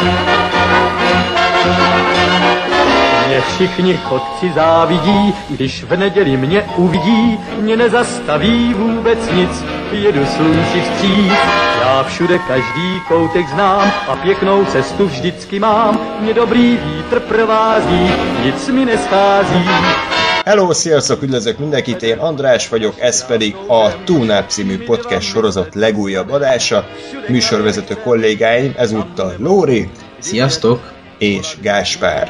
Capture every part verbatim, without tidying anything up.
Mě všichni chodci závidí, když v neděli mě uvidí, mě nezastaví vůbec nic, jedu slunci vstříc. Já všude každý koutek znám a pěknou cestu vždycky mám, mě dobrý vítr provází, nic mi neschází. Hello, sziasztok, üdvözlök mindenkit, én András vagyok, ez pedig a TuneUp című podcast sorozat legújabb adása. Műsorvezető kollégáim ezúttal Lóri. Sziasztok! És Gáspár.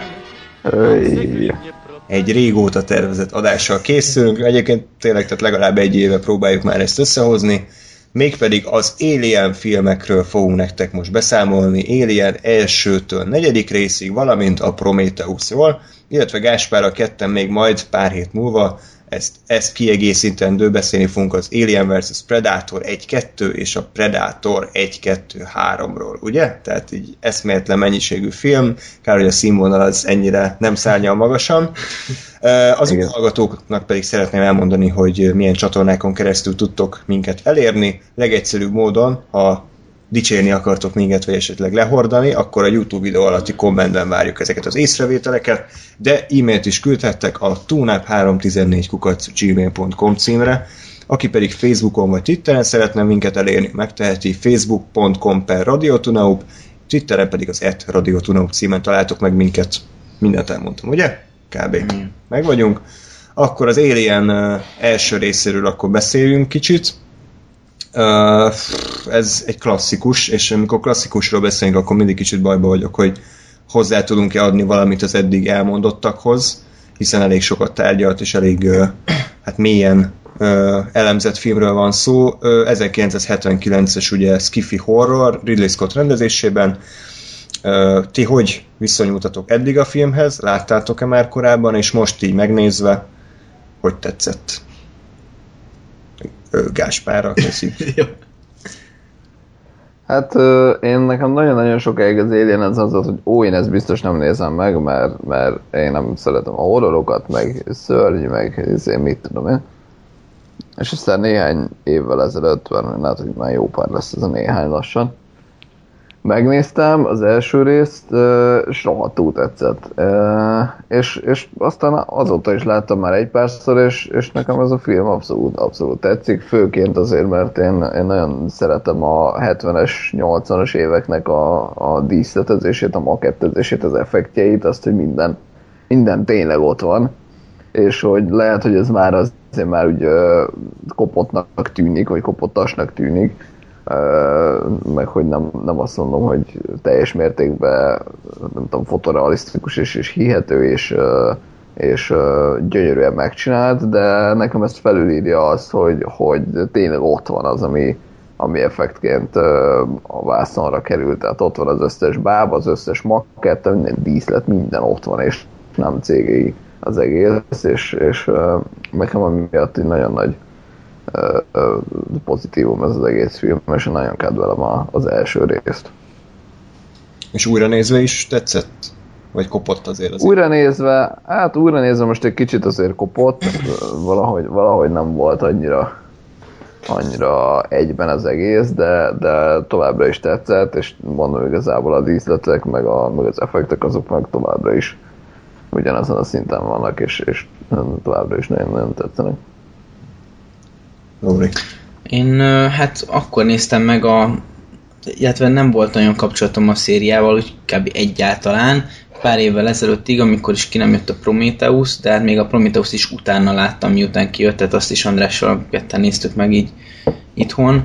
Öy. Egy régóta tervezett adással készülünk, egyébként tényleg tehát legalább egy éve próbáljuk már ezt összehozni, mégpedig az Alien filmekről fogunk nektek most beszámolni, Alien elsőtől negyedik részig, valamint a Prometheusról, illetve Gáspárral ketten még majd pár hét múlva ezt, ezt kiegészítendő beszélni fogunk az Alien versus. Predator egy kettő és a Predator egy kettő háromról, ugye? Tehát így eszméletlen mennyiségű film, kár, hogy a színvonal az ennyire nem szárnyal magasan. Az új hallgatóknak pedig szeretném elmondani, hogy milyen csatornákon keresztül tudtok minket elérni. Legegyszerűbb módon, ha dicsérni akartok minket, vagy esetleg lehordani, akkor a YouTube videó alatti kommentben várjuk ezeket az észrevételeket, de e-mailt is küldhettek a tuneup három tizennégy kukac gmail pont com címre, aki pedig Facebookon vagy Twitteren szeretne minket elérni, megteheti facebook pont com per radiotuneup, Twitteren pedig az et radiotuneup címen találtok meg minket. Mindent elmondtam, ugye? Kb. Mm. Meg vagyunk. Akkor az Alien uh, első részéről akkor beszéljünk kicsit. Uh, ez egy klasszikus, és amikor klasszikusról beszélünk, akkor mindig kicsit bajba vagyok, hogy hozzá tudunk-e adni valamit az eddig elmondottakhoz, hiszen elég sokat tárgyalt, és elég uh, hát mélyen uh, elemzett filmről van szó. Uh, ezerkilencszázhetvenkilences ugye sci-fi horror, Ridley Scott rendezésében. Uh, ti hogy viszonyultatok eddig a filmhez? Láttátok-e már korábban, és most így megnézve, hogy tetszett? Gáspárral kezdjük. Hát én nekem nagyon-nagyon sokáig az Alien az az, hogy ó, én ezt biztos nem nézem meg, mert, mert én nem szeretem a horrorokat, meg szörny, meg én mit tudom én. És aztán néhány évvel ezelőtt, lehet, hogy már jó pár lesz ez a néhány lassan, megnéztem az első részt, és rohadtul tetszett. És, és aztán azóta is láttam már egy párszor, és, és nekem ez a film abszolút, abszolút tetszik, főként azért, mert én, én nagyon szeretem a hetvenes, nyolcvanas éveknek a, a díszletezését, a makettezését, az effektjeit, azt, hogy minden, minden tényleg ott van, és hogy lehet, hogy ez már azért már úgy kopottnak tűnik, vagy kopottasnak tűnik, Uh, meg hogy nem, nem azt mondom, hogy teljes mértékben nem tudom, fotorealisztikus és, és hihető és, uh, és uh, gyönyörűen megcsinált, de nekem ezt felülírja az, hogy, hogy tényleg ott van az, ami, ami effektként uh, a vászonra került, tehát ott van az összes báb, az összes makkett, minden díszlet, minden ott van, és nem cégei az egész, és, és uh, nekem ami miatt egy nagyon nagy Uh, uh, pozitívum ez az egész film, és nagyon kedvelem a, az első részt. És újra nézve is tetszett? Vagy kopott azért? azért? Újra nézve, hát újra nézve most egy kicsit azért kopott, valahogy, valahogy nem volt annyira annyira egyben az egész, de, de továbbra is tetszett, és mondom igazából a díszletek, meg, a, meg az effektek azok meg továbbra is ugyanazon a szinten vannak, és, és továbbra is nagyon-nagyon tetszenek. Lóri. Én hát akkor néztem meg a... illetve nem volt nagyon kapcsolatom a szériával, úgy kb. Egyáltalán. Pár évvel ezelőttig, amikor is ki nem jött a Prometheus, de hát még a Prometheus is utána láttam, miután kijött, tehát azt is Andrással ketten néztük meg így itthon.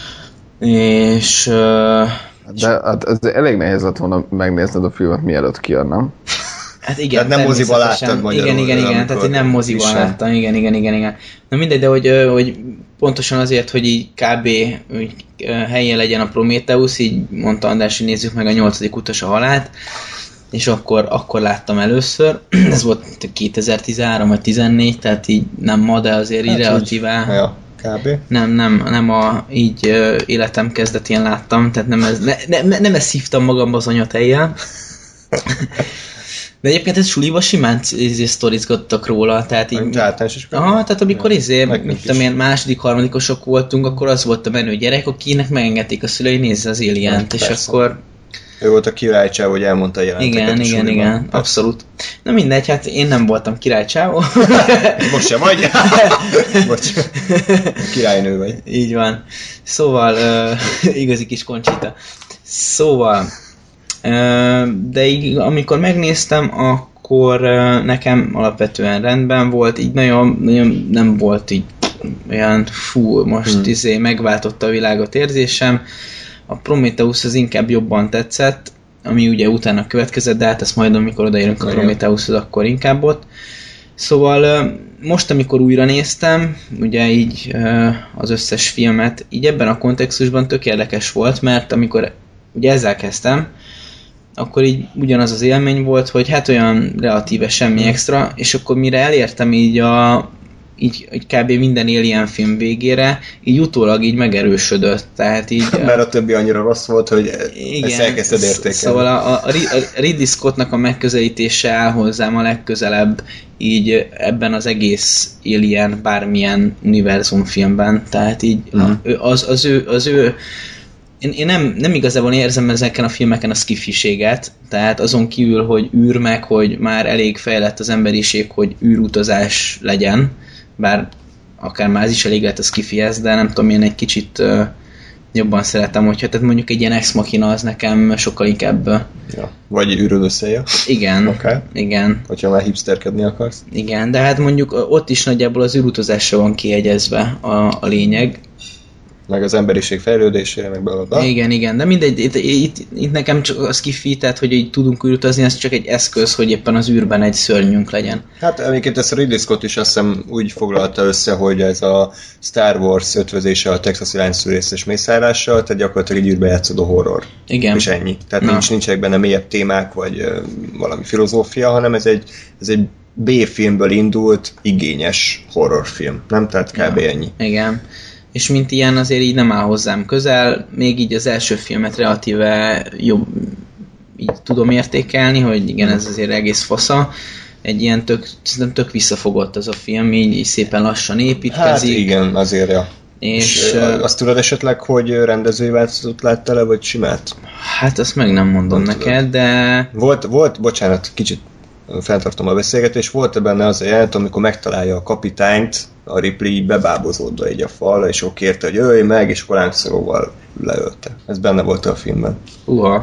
És... De hát ez elég nehéz lett volna megnézned a filmet, mielőtt kijön, nem? Hát igen, tehát nem moziban láttad magyarul. Igen, igen, igen, tehát én nem moziban láttam, igen, igen, igen, igen. Na mindegy, de hogy, hogy pontosan azért, hogy így kb. Hogy helyen legyen a Prometheus, így mondta András, hogy nézzük meg a nyolcadik utas a halált, és akkor, akkor láttam először. Ez volt kétezer-tizenhárom vagy tizennégy, tehát így nem ma, de azért hát így relatívá. Ja, kb. Nem, nem, nem a így uh, életem kezdetén láttam, tehát nem, ez, ne, ne, nem ezt szívtam magamba az anyatejjel. De egyébként ez suliba simán sztorizgattak róla, tehát így... Aha, tehát amikor izé, mit tudom én, második, harmadikosok voltunk, akkor az volt a menő gyerek, akinek megengedték a szülői, nézze az Alient, és persze. akkor Ő volt a királycsávó, hogy elmondta a jelenteket. Igen, igen, igen, abszolút. Na mindegy, hát én nem voltam királycsávó. Most sem vagy? Bocs. Királynő vagy. Így van. Szóval, uh, igazi kis Conchita. Szóval, uh, de így, amikor megnéztem, akkor uh, nekem alapvetően rendben volt, így nagyon, nagyon nem volt így olyan fú, most hmm. izé megváltotta a világot érzésem. A Prometheus az inkább jobban tetszett, ami ugye utána következett, de hát ezt majd amikor odaérünk a Prometheushoz, akkor inkább ott. Szóval most, amikor újra néztem, ugye így az összes filmet, így ebben a kontextusban tök érdekes volt, mert amikor ugye ezzel kezdtem, akkor így ugyanaz az élmény volt, hogy hát olyan relatíve semmi extra, és akkor mire elértem így a így, így kb. Minden Alien film végére, így utólag így megerősödött, tehát így... Mert a többi annyira rossz volt, hogy igen, ezt elkezdted értékelni. Szóval a, a, a Ridley Scottnak a megközelítése áll hozzám a legközelebb így ebben az egész Alien bármilyen univerzum filmben, tehát így uh-huh. az, az ő, az ő Én, én nem, nem igazából érzem ezeken a filmeken a skifiséget, tehát azon kívül, hogy űr meg, hogy már elég fejlett az emberiség, hogy űrutazás legyen, bár akár már ez is elég lett a skifihez, de nem tudom, én egy kicsit uh, jobban szeretem, hogyha tehát mondjuk egy ilyen ex machina az nekem sokkal inkább... Uh, ja. Vagy űrödösszeje. Igen, okay. igen. Hogyha már hipsterkedni akarsz. Igen, de hát mondjuk ott is nagyjából az űrutazásra van kiegyezve a, a lényeg. Meg az emberiség fejlődésére, meg belőle. Igen, igen, de mindegy, itt, itt, itt nekem csak az kifített, hogy így tudunk űrutazni, ez csak egy eszköz, hogy éppen az űrben egy szörnyünk legyen. Hát egyébként ezt a Ridley Scott is azt hiszem úgy foglalta össze, hogy ez a Star Wars ötvözése a texasi lányszűrészes mészárlással, tehát gyakorlatilag egy űrbe játszódó horror. Igen. És ennyi. Tehát nincs, nincsenek benne mélyebb témák, vagy uh, valami filozófia, hanem ez egy, ez egy B-filmből indult, igényes horrorfilm. Nem? Tehát kb. Ja. Ennyi. Igen. És mint ilyen azért így nem áll hozzám közel, még így az első filmet relatíve jobb így tudom értékelni, hogy igen, ez azért egész fasza. Egy ilyen tök, szerintem tök visszafogott az a film, így, így szépen lassan építkezik. Hát igen, azért, ja. És, és uh, azt tudod esetleg, hogy rendezői változatot láttál le, vagy simát? Hát azt meg nem mondom nem neked, tudod. De... Volt, volt, bocsánat, kicsit feltartom a beszélgetést, volt benne az a jelent, amikor megtalálja a kapitányt, a Ripley bebábozódva így a falra, és ó kérte, hogy jöjj meg, és akkor lángszoróval leölte. Ez benne volt a filmben. Uha.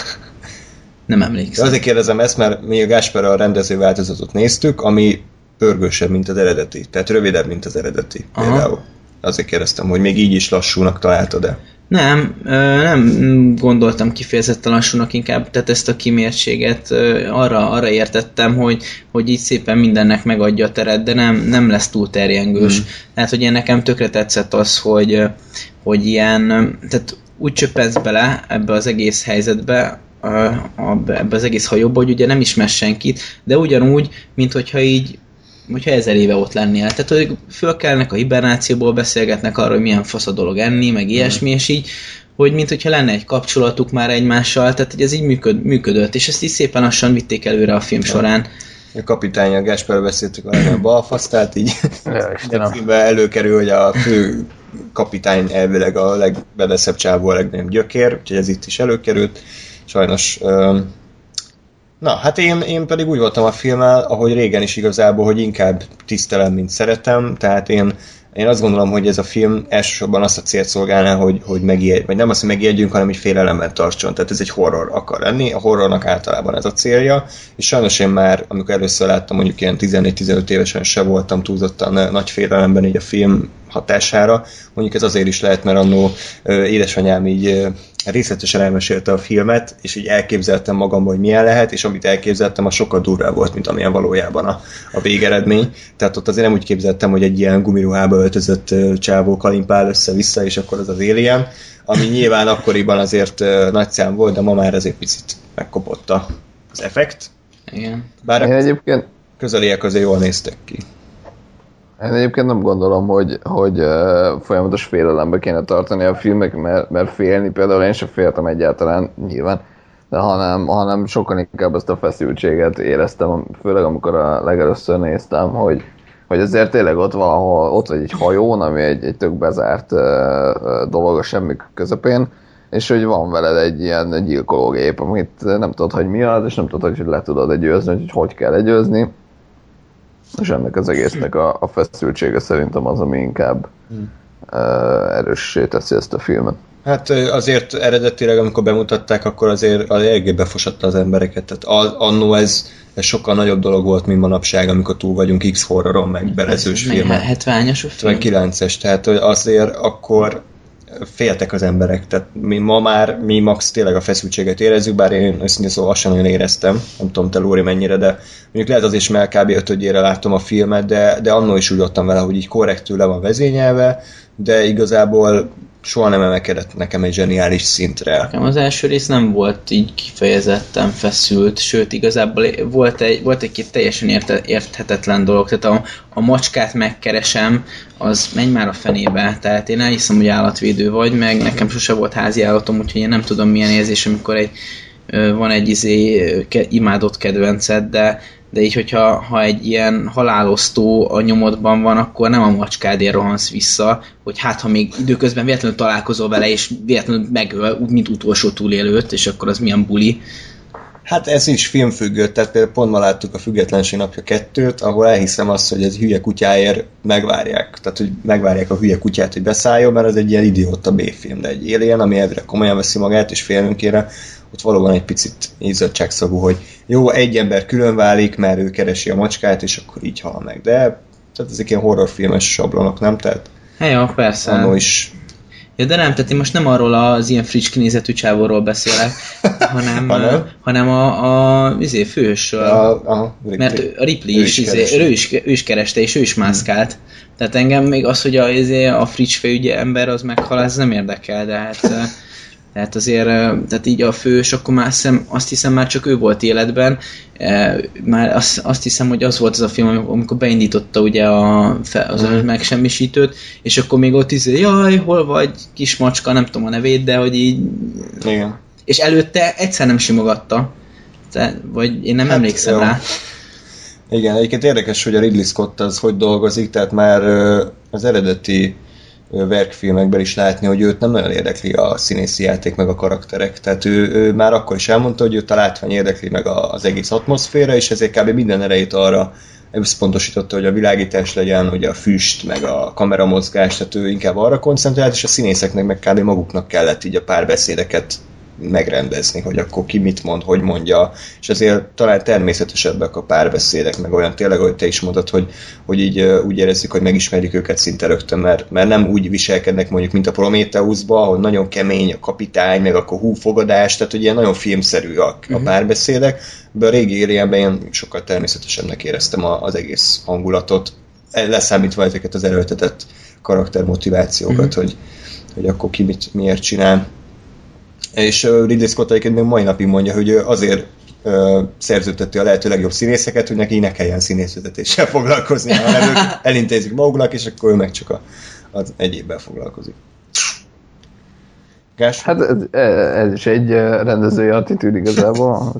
Nem emlékszem. De azért kérdezem ezt, mert mi a Gáspárral a rendező változatot néztük, ami pörgősebb, mint az eredeti. Tehát rövidebb, mint az eredeti. Aha. Például. Azért kérdeztem, hogy még így is lassúnak találtad-e? Nem, nem gondoltam kifejezetten lassúnak, inkább tehát ezt a kimértséget arra, arra értettem, hogy, hogy így szépen mindennek megadja a teret, de nem, nem lesz túl terjengős. Mm. Tehát, hogy én nekem tökre tetszett az, hogy, hogy ilyen, tehát úgy csöppensz bele ebbe az egész helyzetbe, ebbe az egész hajóba, hogy ugye nem ismer senkit, de ugyanúgy, mint hogyha így hogyha ezer éve ott lennél. Tehát, hogy fölkelnek a hibernációból, beszélgetnek arról, hogy milyen fasz a dolog enni, meg ilyesmi, és így, hogy mint hogyha lenne egy kapcsolatuk már egymással, tehát hogy ez így működ, működött, és ezt így szépen lassan vitték előre a film során. A kapitány, a Gáspárral beszéltük valami a balfasz, tehát így a filmben előkerül, hogy a fő kapitány elvileg a legbedeszebb csávó, a legnagyobb gyökér, úgyhogy ez itt is előkerült. Sajnos... Um, Na, hát én, én pedig úgy voltam a filmmel, ahogy régen is igazából, hogy inkább tisztelem, mint szeretem, tehát én, én azt gondolom, hogy ez a film elsősorban azt a célt szolgálná, hogy, hogy megijedj, vagy nem azt, hogy megijedjünk, hanem hogy félelemben tartson, tehát ez egy horror akar lenni, a horrornak általában ez a célja, és sajnos én már, amikor először láttam, mondjuk ilyen tizennégy-tizenöt évesen se voltam túlzottan nagy félelemben így a film hatására, mondjuk ez azért is lehet, mert annó édesanyám így részletesen elmesélte a filmet, és így elképzeltem magamban, hogy milyen lehet, és amit elképzeltem, az sokkal durvább volt, mint amilyen valójában a, a végeredmény. Tehát ott azért nem úgy képzeltem, hogy egy ilyen gumiruhába öltözött csávó kalimpál össze-vissza, és akkor az az Alien, ami nyilván akkoriban azért nagy szám volt, de ma már azért picit megkopott az effekt. Igen. Bár én egyébként... közeliek azért jól néztek ki. Én egyébként nem gondolom, hogy, hogy uh, folyamatos félelembe kéne tartani a filmek, mert, mert félni például én sem féltem egyáltalán, nyilván, de hanem, hanem sokkal inkább azt a feszültséget éreztem, főleg amikor a legelőször néztem, hogy, hogy azért tényleg ott valahol, ott vagy egy hajón, ami egy, egy tök bezárt uh, dolog a semmi közepén, és hogy van veled egy ilyen gyilkológép, amit nem tudod, hogy mi az, és nem tudod, hogy le tudod győzni, hogy hogy kell legyőzni. És ennek az egésznek a, a feszültsége szerintem az, ami inkább hmm. uh, erőssé teszi ezt a filmet. Hát azért eredetileg, amikor bemutatták, akkor azért eléggé befosatta az embereket. Tehát annó ez, ez sokkal nagyobb dolog volt, mint manapság, amikor túl vagyunk X-horroron, meg belezős filmen. hetvenes a film? hetvenkilences, tehát azért akkor féltek az emberek. Tehát mi ma már, mi max tényleg a feszültséget érezzük, bár én őszintén szóval azt sem nagyon éreztem. Nem tudom, te Lóri mennyire, de mondjuk lehet az is, mert kb. ötödjére láttam a filmet, de, de annól is úgy voltam vele, hogy így korrektül le van vezényelve, de igazából soha nem emelkedett nekem egy zseniális szintre. Nekem az első rész nem volt így kifejezetten feszült, sőt igazából volt egy, volt egy-két teljesen érte, érthetetlen dolog, tehát a, a macskát megkeresem, az menj már a fenébe, tehát én elhiszem, hogy állatvédő vagy, meg nekem sose volt házi állatom, úgyhogy én nem tudom milyen érzés, amikor egy, van egy izé, imádott kedvenced, de de így, hogyha ha egy ilyen halálosztó a nyomodban van, akkor nem a macskádért rohansz vissza, hogy hát, ha még időközben véletlenül találkozol vele, és véletlenül megöl, úgy, mint utolsó túlélőt, és akkor az milyen buli. Hát ez is filmfüggő, tehát például pont ma láttuk a Függetlenség napja kettőt, ahol elhiszem azt, hogy ez hülye kutyáért megvárják. Tehát, hogy megvárják a hülye kutyát, hogy beszálljon, mert ez egy ilyen idióta B-film, de egy Alien, ami elvire komolyan veszi magát, és félőnkére, ott valóban egy picit izzadságszagú, hogy jó, egy ember külön válik, mert ő keresi a macskát, és akkor így hal meg. De tehát ezek ilyen horrorfilmes sablonok, nem? Tehát hát jó, persze. Annó is... Ja, de nem, tehát én most nem arról az ilyen fricski nézetű csávóról beszélek, hanem, hanem? hanem a, a izé, főhősről. A, a mert a Ripley is, is, izé, ő, is, ő is kereste, és ő is mászkált. Hmm. Tehát engem még az, hogy a, izé, a frics fejügye ember az meghal, ez nem érdekel, de hát... Tehát azért, tehát így a fős, akkor már hiszem, azt hiszem már csak ő volt életben. Már azt, azt hiszem, hogy az volt az a film, amikor beindította ugye a, az a megsemmisítőt, és akkor még ott izé, jaj, hol vagy, kis macska, nem tudom a nevét, de hogy így... Igen. És előtte egyszer nem simogatta. Tehát, vagy én nem hát, emlékszem jó. rá. Igen, egyébként érdekes, hogy a Ridley Scott az hogy dolgozik, tehát már az eredeti verkfilmekben is látni, hogy őt nem nagyon érdekli a színészi játék meg a karakterek. Tehát ő, ő már akkor is elmondta, hogy őt a látvány érdekli meg az egész atmoszféra, és ezért kb. Minden erejét arra összpontosította, hogy a világítás legyen, hogy a füst, meg a kameramozgás, tehát ő inkább arra koncentrált, és a színészeknek meg kb. Maguknak kellett így a párbeszédeket megrendezni, hogy akkor ki mit mond, hogy mondja, és ezért talán természetesebbek a párbeszédek, meg olyan tényleg, ahogy te is mondtad, hogy, hogy így úgy érezzük, hogy megismerjük őket szinte rögtön, mert, mert nem úgy viselkednek mondjuk, mint a Prometheusba, ahol nagyon kemény a kapitány, meg akkor hú fogadás, tehát hogy ilyen nagyon filmszerű a, a párbeszédek, de a régi Alienben én sokkal természetesebbnek éreztem az egész hangulatot, leszámítva ezeket az erőltetett karaktermotivációkat, uh-huh. hogy, hogy akkor ki mit, miért csinál. És Ridley Scott egyébként még mai napig mondja, hogy azért uh, szerződteti a lehető legjobb színészeket, hogy neki ne kelljen színészvezetéssel foglalkozni, hanem ők elintézik maguknak, és akkor ő meg csak a, az egyébben foglalkozik. Gás? Hát ez, ez is egy rendezői attitűd igazából.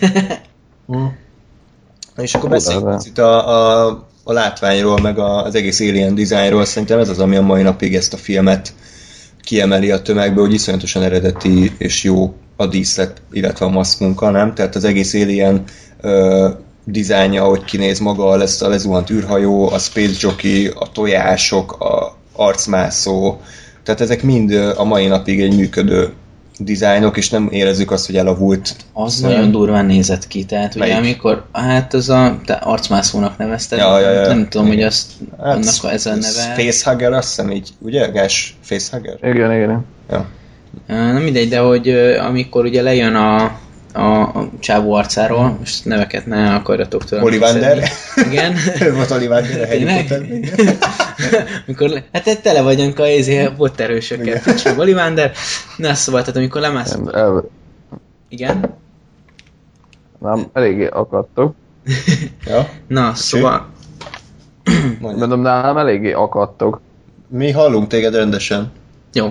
És akkor beszéljünk itt a, a, a látványról, meg a, az egész Alien designról. Szerintem ez az, ami a mai napig ezt a filmet kiemeli a tömegbe, hogy iszonyatosan eredeti és jó a díszlet, illetve a maszkmunka, nem? Tehát az egész Alien uh, dizájnja, ahogy kinéz maga, lesz a lezuhant űrhajó, a Space Jockey, a tojások, a arcmászó, tehát ezek mind a mai napig egy működő dizájnok, és nem érezzük azt, hogy elavult. Az nem. Nagyon durván nézett ki, tehát ugye amikor, hát az a, te arcmászónak nevezted, ja, ja, ja. nem tudom, igen. hogy azt, hát, annak ez a neve. Facehugger, azt hiszem így, ugye? Gás, Facehugger? Igen, igen. Ja. Nem mindegy, de hogy amikor ugye lejön a a, a csávó arcáról, most neveket ne akarjatok tőlem. Ollivander? Igen. Volt Ollivander a hegyi Mikor, hát tele vagyunk a botterősökkel. Csak Ollivander. Na szóval, tehát amikor lemászunk. El... Igen? Nem, eléggé akadtok. Ja? Na, szóval... Mondom, nálam eléggé akadtok. Mi hallunk téged rendesen. Jó.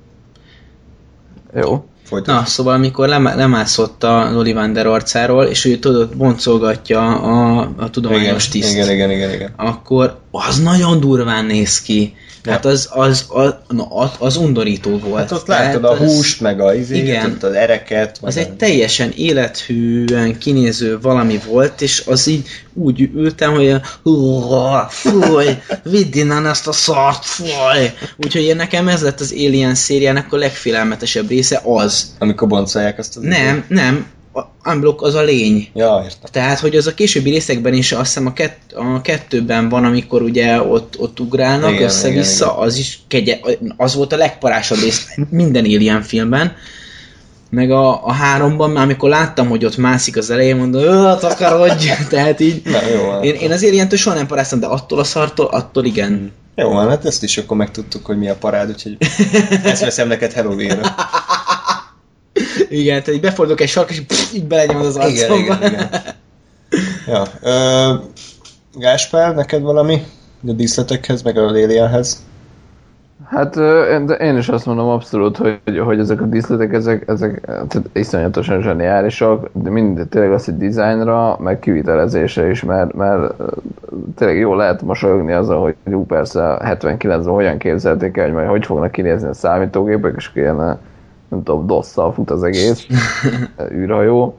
Jó. Folytat. Na, szóval amikor lemászott az Ollivander arcáról, és ő tudod, boncolgatja a, a tudományos tiszt. Igen, igen, igen, igen. Akkor az nagyon durván néz ki. Hát az, az, az, na, az, az undorító volt. Hát ott láttad a az, húst, meg a izét, igen, ott az ereket. Az a... egy teljesen élethűen kinéző valami volt, és az így úgy ültem, hogy fúj, vidd innen ezt a szart, fúj. Úgyhogy nekem ez lett az Alien szériának a legfélelmetesebb része az. Amikor boncolják azt az... Nem, izé. nem. A Unblock az a lény. Ja, értem. Tehát, hogy az a későbbi részekben is, azt hiszem a, kett, a kettőben van, amikor ugye ott, ott ugrálnak igen, össze-vissza, igen, igen. Az is kegye, az volt a legparásabb rész minden Alien filmben. Meg a, a háromban, már amikor láttam, hogy ott mászik az elején, mondom, takarodj! Tehát így, na, jó, én, én az Alientől soha nem paráztam, de attól a szartól, attól igen. Jó van, hát ezt is akkor megtudtuk, hogy mi a parád, úgyhogy ezt veszem neked Halloween-ra. Igen, tehát így befordulok egy sark, és pff, így belenyomod az arcomba. Igen, igen, igen. Ja, ö, Gáspár, neked valami a díszletekhez, meg a Alienhez? Hát én, én is azt mondom abszolút, hogy, hogy ezek a díszletek, ezek, ezek tehát iszonyatosan zseniálisak, de mind tényleg az, hogy dizájnra, meg kivitelezésre is, mert, mert tényleg jól lehet mosolyogni azzal, hogy jó persze hetvenkilencben hogyan képzelték el, hogy majd hogy fognak kinézni a számítógépek, és ilyen, nem tudom, dosszal fut az egész űrhajó.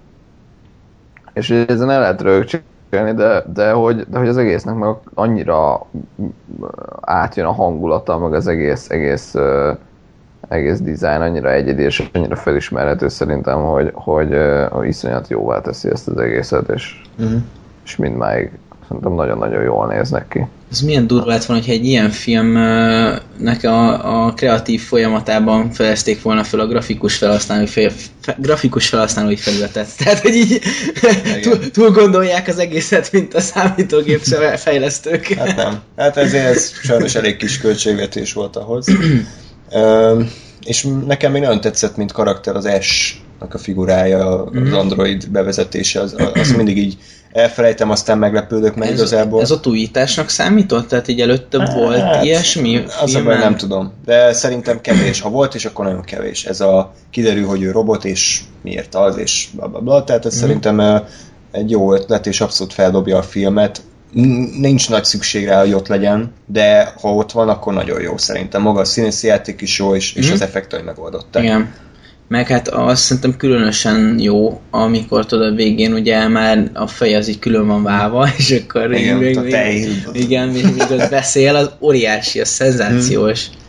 És ezen el lehet rögcsélni, de, de, hogy, de hogy az egésznek meg annyira átjön a hangulata, meg az egész, egész, uh, egész dizájn annyira egyedi, és annyira felismerhető szerintem, hogy, hogy uh, iszonyat jóvá teszi ezt az egészet, és, uh-huh. és mindmáig szerintem nagyon-nagyon jól néznek ki. Ez milyen durva lett volna, hogyha egy ilyen filmnek a, a kreatív folyamatában fejezték volna fel a grafikus felhasználói, fel, fe, grafikus felhasználói felületet. Tehát, hogy így túl, túl gondolják az egészet, mint a számítógép fejlesztők. Hát nem. Hát ezért ez sajnos elég kis költségvetés volt ahhoz. Ö, és nekem még nagyon tetszett, mint karakter az Ash-nak a figurája, az Android bevezetése, az, az mindig így elfelejtem, aztán meglepődök meg ez, igazából. Ez ott újításnak számított? Tehát így előtte hát, volt ilyesmi? Az a baj, nem tudom. De szerintem kevés. Ha volt is, akkor nagyon kevés. Ez a kiderül, hogy ő robot, és miért az, és blablabla. Tehát ez mm. szerintem egy jó ötlet, és abszolút feldobja a filmet. Nincs nagy szükség rá, hogy ott legyen, de ha ott van, akkor nagyon jó szerintem. Maga a színészi játék is jó, és, mm. és az effektai megoldották. Igen. Meg hát azt szerintem különösen jó, amikor tudod a végén ugye már a fej az így külön van válva, és akkor igen, még, a még, igen, még, még az beszél, az óriási, az szenzációs. Hmm.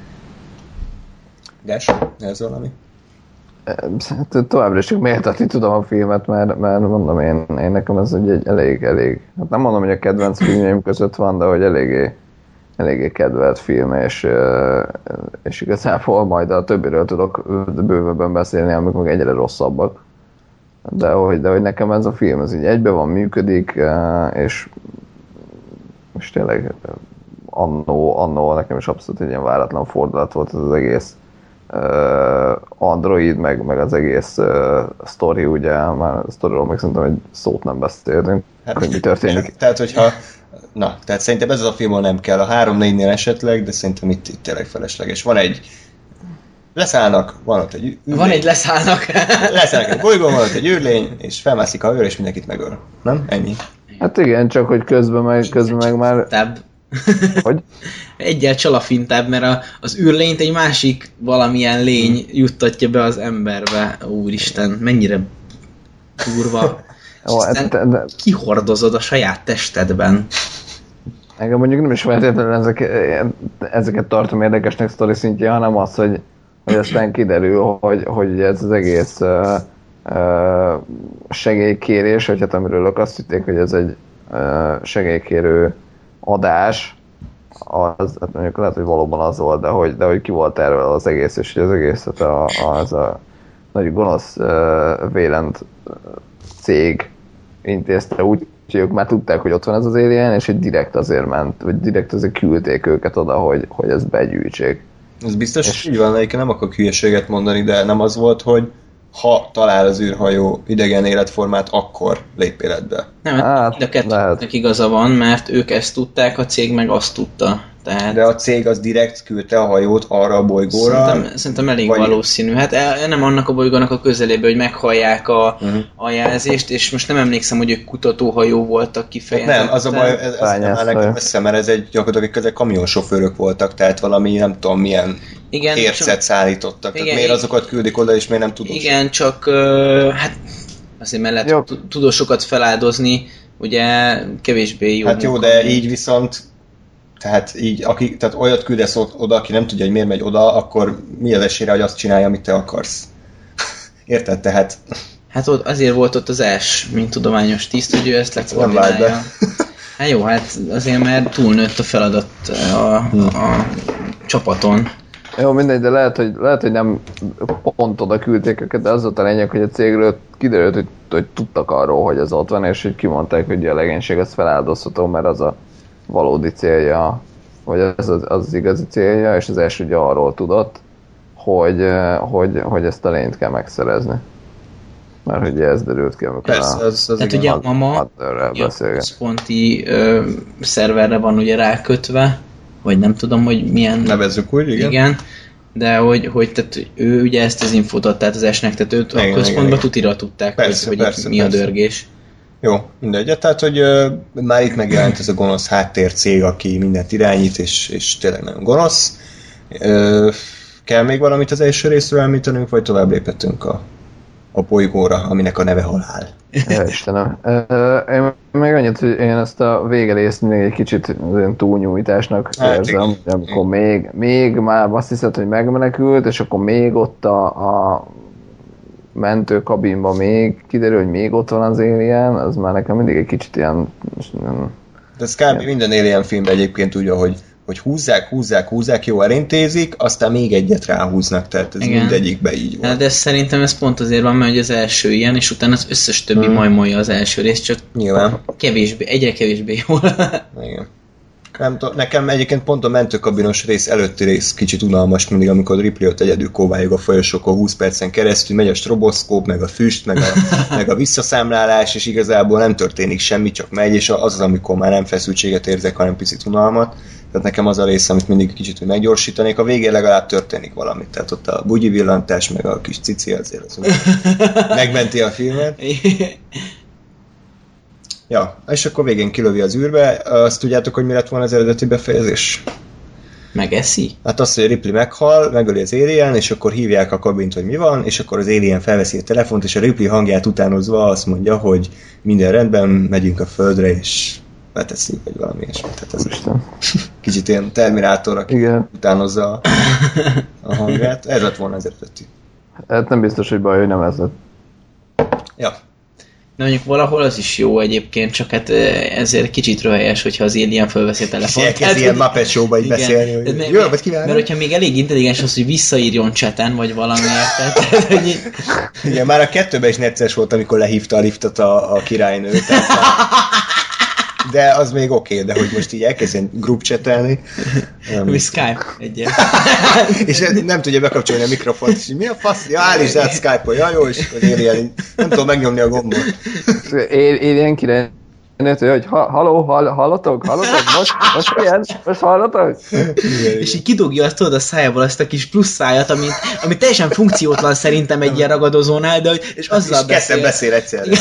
Gás, ez valami? Továbbra is csak méltatni tudom a filmet, mert, mert mondom én, én nekem ez egy, egy elég, elég, hát nem mondom, hogy a kedvenc filmjeim között van, de hogy eléggé eléggé kedvelt film, és, és igazából majd a többiről tudok bővebben beszélni, amik meg egyre rosszabbak. De hogy, de hogy nekem ez a film, ez így egybe van, működik, és, és tényleg annó, annó nekem is abszolút egy ilyen váratlan fordulat volt ez az egész Android, meg, meg az egész sztori, ugye, már a sztoriról meg szerintem egy szót nem beszéltünk, hát, hogy mi történik. Tehát, hogyha na, tehát szerintem ez az a filmon nem kell. A három-négynél esetleg, de szerintem itt, itt tényleg felesleges. Van egy... Leszállnak, van ott egy űrlény. Van egy leszállnak. Leszállnak egy bolygón, van ott egy űrlény, és felmászik a hőre, és mindenkit megöl. Nem? Ennyi. Hát igen, csak hogy közben meg, közben meg már... Fintább. Hogy? Egyel csalafintább, mert a, az űrlényt egy másik valamilyen lény juttatja be az emberbe. Úristen, mennyire durva. Jó, aztán de... kihordozod a saját testedben. Engem mondjuk nem is feltétlenül ezek, ezeket tartom érdekesnek sztori szintjén, hanem az, hogy, hogy aztán kiderül, hogy, hogy ez az egész uh, uh, segélykérés, vagy hát amiről ők azt hitték, hogy ez egy uh, segélykérő adás, az, hát mondjuk lehet, hogy valóban az volt, de hogy, de hogy ki volt erről az egész, és hogy az egészet a, a, az a nagy gonosz uh, vélent cég intézte úgy, hogy ők már tudták, hogy ott van ez az Alien, és hogy direkt azért ment, vagy direkt azért küldték őket oda, hogy, hogy ezt begyűjtsék. Ez biztos, és így van, egyébként nem akarok hülyeséget mondani, de nem az volt, hogy ha talál az űrhajó idegen életformát, akkor lép életbe. Nem, hát mind a kettőnek igaza van, mert ők ezt tudták, a cég meg azt tudta. Tehát... De a cég az direkt küldte a hajót arra a bolygóra? Szerintem, szerintem elég vagy... valószínű. Hát el, nem annak a bolygónak a közelébe, hogy meghallják a, uh-huh. a jelzést, és most nem emlékszem, hogy ők kutatóhajó voltak kifejezetten. Nem, az a baj, ez, ez nem áll nekem össze, mert ez egy gyakorlatilag ezek kamionsofőrök voltak, tehát valami nem tudom milyen igen, ércet csak... szállítottak. Igen, tehát miért azokat küldik oda, és miért nem tudósok? Igen, csak uh, hát azért mellett tudósokat feláldozni, ugye kevésbé jó. Hát jó, de így viszont tehát így, aki, tehát olyat küldesz oda, aki nem tudja, hogy miért megy oda, akkor mi az esélye, hogy azt csinálja, amit te akarsz. Érted? Tehát... Hát ott azért volt ott az Ash, mint tudományos tiszt, hogy ő ezt lekoordinálja. Hát jó, hát azért mert túlnőtt a feladat a, hmm. a csapaton. Jó, mindegy, de lehet, hogy, lehet, hogy nem pont oda küldték őket, de az volt a lényeg, hogy a cégről kiderült, hogy, hogy tudtak arról, hogy ez ott van, és hogy kimondták, hogy a legénység az feláldozható, mert az a valódi célja, vagy az az, az igazi célja, és az első ugye arról tudott, hogy, hogy, hogy ezt a lényt kell megszerezni. Mert ugye ez derült ki, amikor Persze, a... az, az tehát ugye a mama a központi ö, szerverre van ugye rákötve, vagy nem tudom, hogy milyen... Nevezzük úgy, igen. Igen, de hogy, hogy tehát ő ugye ezt az infót adta az esnek, tehát őt igen, a központba tutira tudták, persze, hogy, persze, hogy mi persze. a dörgés. Jó, mindegy. Tehát, hogy uh, már itt megjelent ez a gonosz háttércég, aki mindent irányít, és, és tényleg nagyon gonosz. Uh, kell még valamit az első részről említenünk, vagy tovább léphetünk a, a bolygóra, aminek a neve Halál? Ja, Istenem. Uh, én még annyit, hogy én ezt a végerészt mindig egy kicsit túlnyújtásnak hát, érzem, hogy amikor még, még már azt hiszed, hogy megmenekült, és akkor még ott a, a mentőkabinban még kiderül, hogy még ott van az Alien, az már nekem mindig egy kicsit ilyen... De ez kb. Minden Alien filmben egyébként úgy, hogy, hogy húzzák, húzzák, húzzák, jó elintézik, aztán még egyet ráhúznak, tehát ez igen. mindegyikben így van. Hát de szerintem ez pont azért van, mert az első ilyen, és utána az összes többi hmm. majmolja az első rész, csak nyilván. Kevésbé, egyre kevésbé jól. Igen. Nem t- nekem egyébként pont a mentőkabinos rész előtti rész kicsit unalmas mindig, amikor Ripley ott egyedül kóvályog a folyosókon húsz percen keresztül, megy a stroboszkóp, meg a füst, meg a, meg a visszaszámlálás, és igazából nem történik semmi, csak megy, és az az, amikor már nem feszültséget érzek, hanem picit unalmat. Tehát nekem az a rész, amit mindig kicsit hogy meggyorsítanék, a végén legalább történik valamit. Tehát ott a bugyi villantás, meg a kis cici azért az megmenti a filmet. Ja, és akkor végén kilövi az űrbe. Azt tudjátok, hogy mi lett volna az eredeti befejezés? Megeszi? Hát azt, hogy Ripley meghal, megöli az Alien, és akkor hívják a kabint, hogy mi van, és akkor az Alien felveszi a telefont, és a Ripley hangját utánozva azt mondja, hogy minden rendben, megyünk a Földre, és beteszik, vagy valami ilyesmi. Tehát ez kicsit ilyen Terminátor, aki igen. utánozza a, a hangját. Ez lett volna az eredeti. Hát nem biztos, hogy baj, hogy nem ez lett. Ja. De mondjuk valahol az is jó egyébként, csak hát ezért kicsit röhelyes, hogyha az Alien fölveszi a telefont. Elkezd hát, ilyen Muppet Show-ba így beszélni, hogy mert, jó napot kívánok! Mert hogyha még elég intelligens az, hogy visszaírjon chaten, vagy valamiért. Tehát, hogy... Igen, már a kettőben is necces volt, amikor lehívta a liftot a, a királynő. Tehát, de az még oké, okay, de hogy most így elkezdjen group chatelni. Mi Skype egyet. És nem tudja bekapcsolni a mikrofont, és mi a fasz? Ja, állítsd át Skype-on, ja jó, és az Alien, nem tudom megnyomni a gombot. Alien király, hogy halló, hallotok, hallotok, most, most ilyen, most hallotok? És így kidugja azt tudod a szájából azt a kis plusz szájat, amit, ami teljesen funkciótlan szerintem egy ilyen ragadozónál, de és azzal és beszél. beszél egyszerre.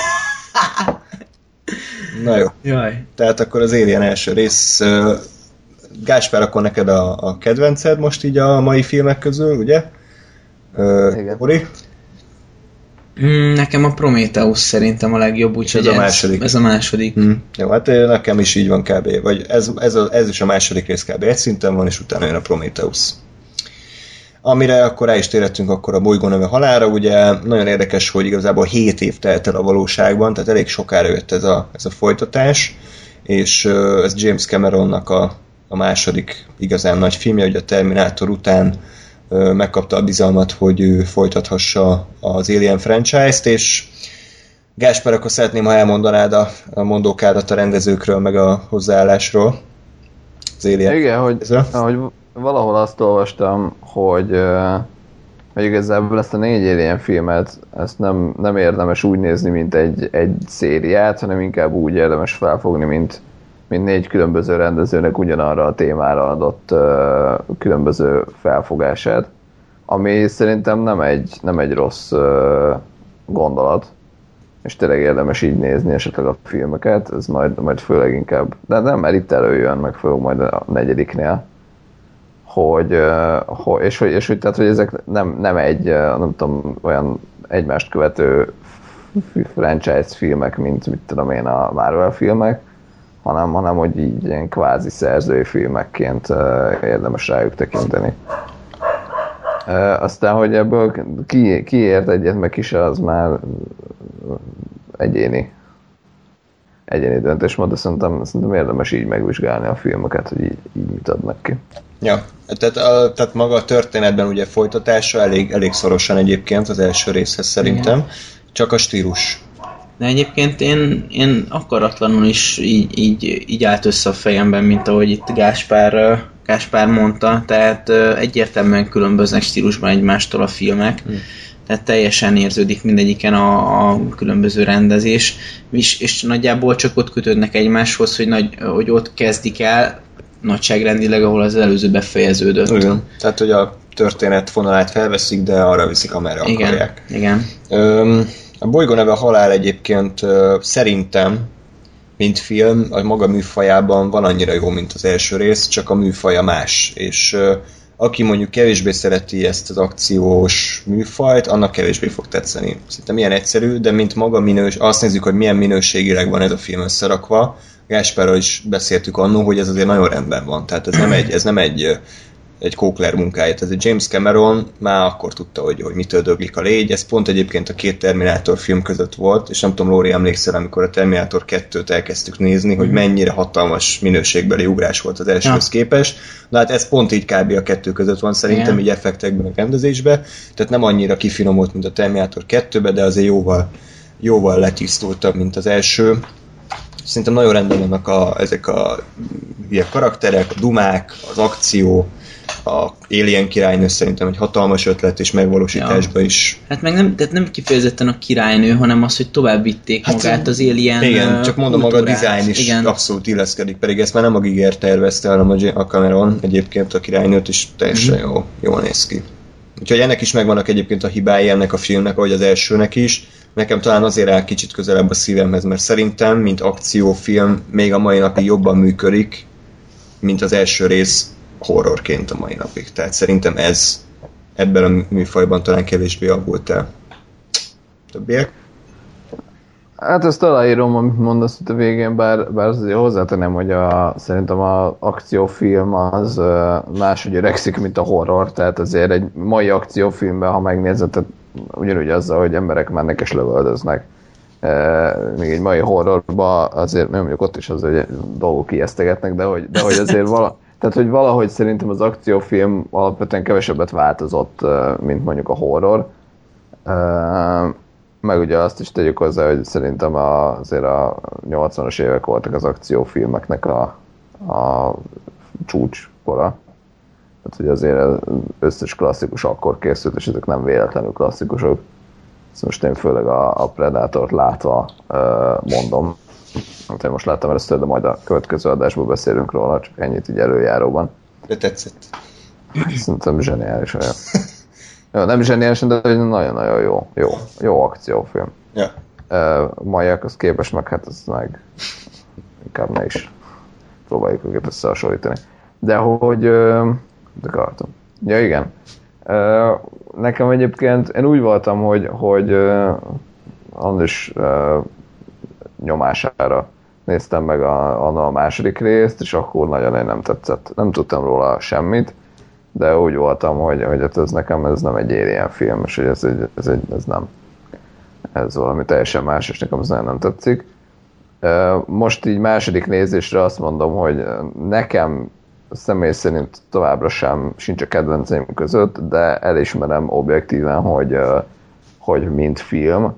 Na jó. Jaj. Tehát akkor az Alien első rész. Gáspár, akkor neked a, a kedvenced most így a mai filmek közül, ugye? Igen. Uri? Nekem a Prometheus szerintem a legjobb, úgyhogy ez a második. Ez a második. Hmm. Jó, hát nekem is így van kb. Vagy ez, ez, a, ez is a második rész kb. Egy szinten van, és utána jön a Prometheus. Amire akkor rá is térhetünk akkor a bolygó neve Halálra, ugye nagyon érdekes, hogy igazából hét év telt el a valóságban, tehát elég sokára jött ez a, ez a folytatás, és uh, ez James Cameronnak a, a második igazán nagy filmje, ugye a Terminátor után uh, megkapta a bizalmat, hogy ő folytathassa az Alien franchise-t, és Gáspár, akkor szeretném, ha elmondanád a, a mondókádat a rendezőkről, meg a hozzáállásról az Alien. Igen, hogy, hogy valahol azt olvastam, hogy, hogy igazából ezt a négy Alien filmet ezt nem, nem érdemes úgy nézni, mint egy, egy szériát, hanem inkább úgy érdemes felfogni, mint, mint négy különböző rendezőnek ugyanarra a témára adott uh, különböző felfogását, ami szerintem nem egy, nem egy rossz uh, gondolat, és tényleg érdemes így nézni esetleg a filmeket, ez majd, majd főleg inkább, de nem, mert itt előjön, meg főleg majd a negyediknél, hogy, hogy, és, hogy, és hogy, tehát, hogy ezek nem, nem egy, nem tudom, olyan egymást követő franchise filmek, mint mit tudom én a Marvel filmek, hanem, hanem hogy így ilyen kvázi szerzői filmekként érdemes rájuk tekinteni. Aztán, hogy ebből ki, ki ért egyet, meg ki se, az már egyéni egyéni döntésmód, de szerintem, szerintem érdemes így megvizsgálni a filmeket, hogy így, így mit adnak ki. Ja, tehát, a, tehát maga a történetben ugye folytatása elég, elég szorosan egyébként az első részhez szerintem, igen. Csak a stílus. De egyébként én, én akaratlanul is így, így, így állt össze a fejemben, mint ahogy itt Gáspár, Gáspár mondta, tehát egyértelműen különböznek stílusban egymástól a filmek, hmm. tehát teljesen érződik mindegyiken a, a különböző rendezés, és, és nagyjából csak ott kötődnek egymáshoz, hogy, nagy, hogy ott kezdik el nagyságrendileg, ahol az előző befejeződött. Igen. Tehát, hogy a történet fonalát felveszik, de arra viszik, amerre igen, akarják. Igen. Öm, a Bolygó neve Halál egyébként ö, szerintem, mint film, a maga műfajában van annyira jó, mint az első rész, csak a műfaja más. És ö, aki mondjuk kevésbé szereti ezt az akciós műfajt, annak kevésbé fog tetszeni. Szerintem ilyen egyszerű, de mint maga minős, azt nézzük, hogy milyen minőségileg van ez a film összerakva. Gáspárral is beszéltük annól, hogy ez azért nagyon rendben van. Tehát ez nem egy, ez nem egy, egy Cochler munkája. Tehát egy James Cameron már akkor tudta, hogy, hogy mitől döglik a légy. Ez pont egyébként a két Terminátor film között volt, és nem tudom, Lóri, emlékszel, amikor a Terminátor kettőt elkezdtük nézni, hogy mennyire hatalmas minőségbeli ugrás volt az elsőhöz ja. képest. Na hát ez pont így kb. A kettő között van szerintem, igen. így effektekben, a rendezésben. Tehát nem annyira kifinomult, mint a Terminátor kettőben, de azért jóval, jóval letisztultabb, mint az első. Szerintem nagyon rendben vannak a, ezek a ilyen karakterek, a dumák, az akció, a Alien királynő szerintem egy hatalmas ötlet, és megvalósításban ja. is. Hát meg nem, tehát nem kifejezetten a királynő, hanem az, hogy tovább vitték hát magát az Alien igen, csak mondom, maga a design is igen. abszolút illeszkedik, pedig ezt már nem a Giger tervezte, hanem a Cameron egyébként a királynőt is teljesen mm. jó, jól néz ki. Úgyhogy ennek is megvannak egyébként a hibái ennek a filmnek, ahogy az elsőnek is. Nekem talán azért áll kicsit közelebb a szívemhez, mert szerintem, mint akciófilm, még a mai napig jobban működik, mint az első rész horrorként a mai napig. Tehát szerintem ez ebben a műfajban talán kevésbé javult el. Többiek? Hát ezt aláírom, amit mondasz itt a végén, bár, bár azért hozzátenem, hogy a, szerintem az akciófilm az máshogy öregszik, mint a horror, tehát azért egy mai akciófilmben, ha megnézed, tehát ugyanúgy azzal, hogy emberek mennek és lövöldöznek. E, még egy mai horrorban azért, nem mondjuk ott is az, hogy dolgok ijesztegetnek, de hogy, de hogy azért vala, tehát, hogy valahogy szerintem az akciófilm alapvetően kevesebbet változott, mint mondjuk a horror. E, meg ugye azt is tegyük hozzá, hogy szerintem azért a nyolcvanas évek voltak az akciófilmeknek a, a csúcskora. Tehát, hogy azért az összes klasszikus akkor készült, és ezek nem véletlenül klasszikusok. Ezt most én főleg a, a Predatort látva uh, mondom. Hát én most láttam először, de majd a következő adásból beszélünk róla, csak ennyit így előjáróban. De tetszett. Szerintem zseniális olyan. Jó, nem zseniális, de nagyon-nagyon jó, jó, jó akciófilm. Ja. Uh, maiakhoz képest meg, hát ez meg inkább ne is próbáljuk őket összehasonlítani. De hogy uh, de akartam. Ja, igen. Uh, nekem egyébként, én úgy voltam, hogy, hogy uh, Andris uh, nyomására néztem meg a, a, a második részt, és akkor nagyon én nem tetszett. Nem tudtam róla semmit, de úgy voltam, hogy, hogy ez nekem ez nem egy Alien film, és hogy ez, egy, ez, egy, ez nem. Ez valami teljesen más, és nekem ez nagyon nem tetszik. Uh, most így második nézésre azt mondom, hogy nekem személy szerint továbbra sem sincs a kedvenceim között, de elismerem objektíven, hogy, hogy mint film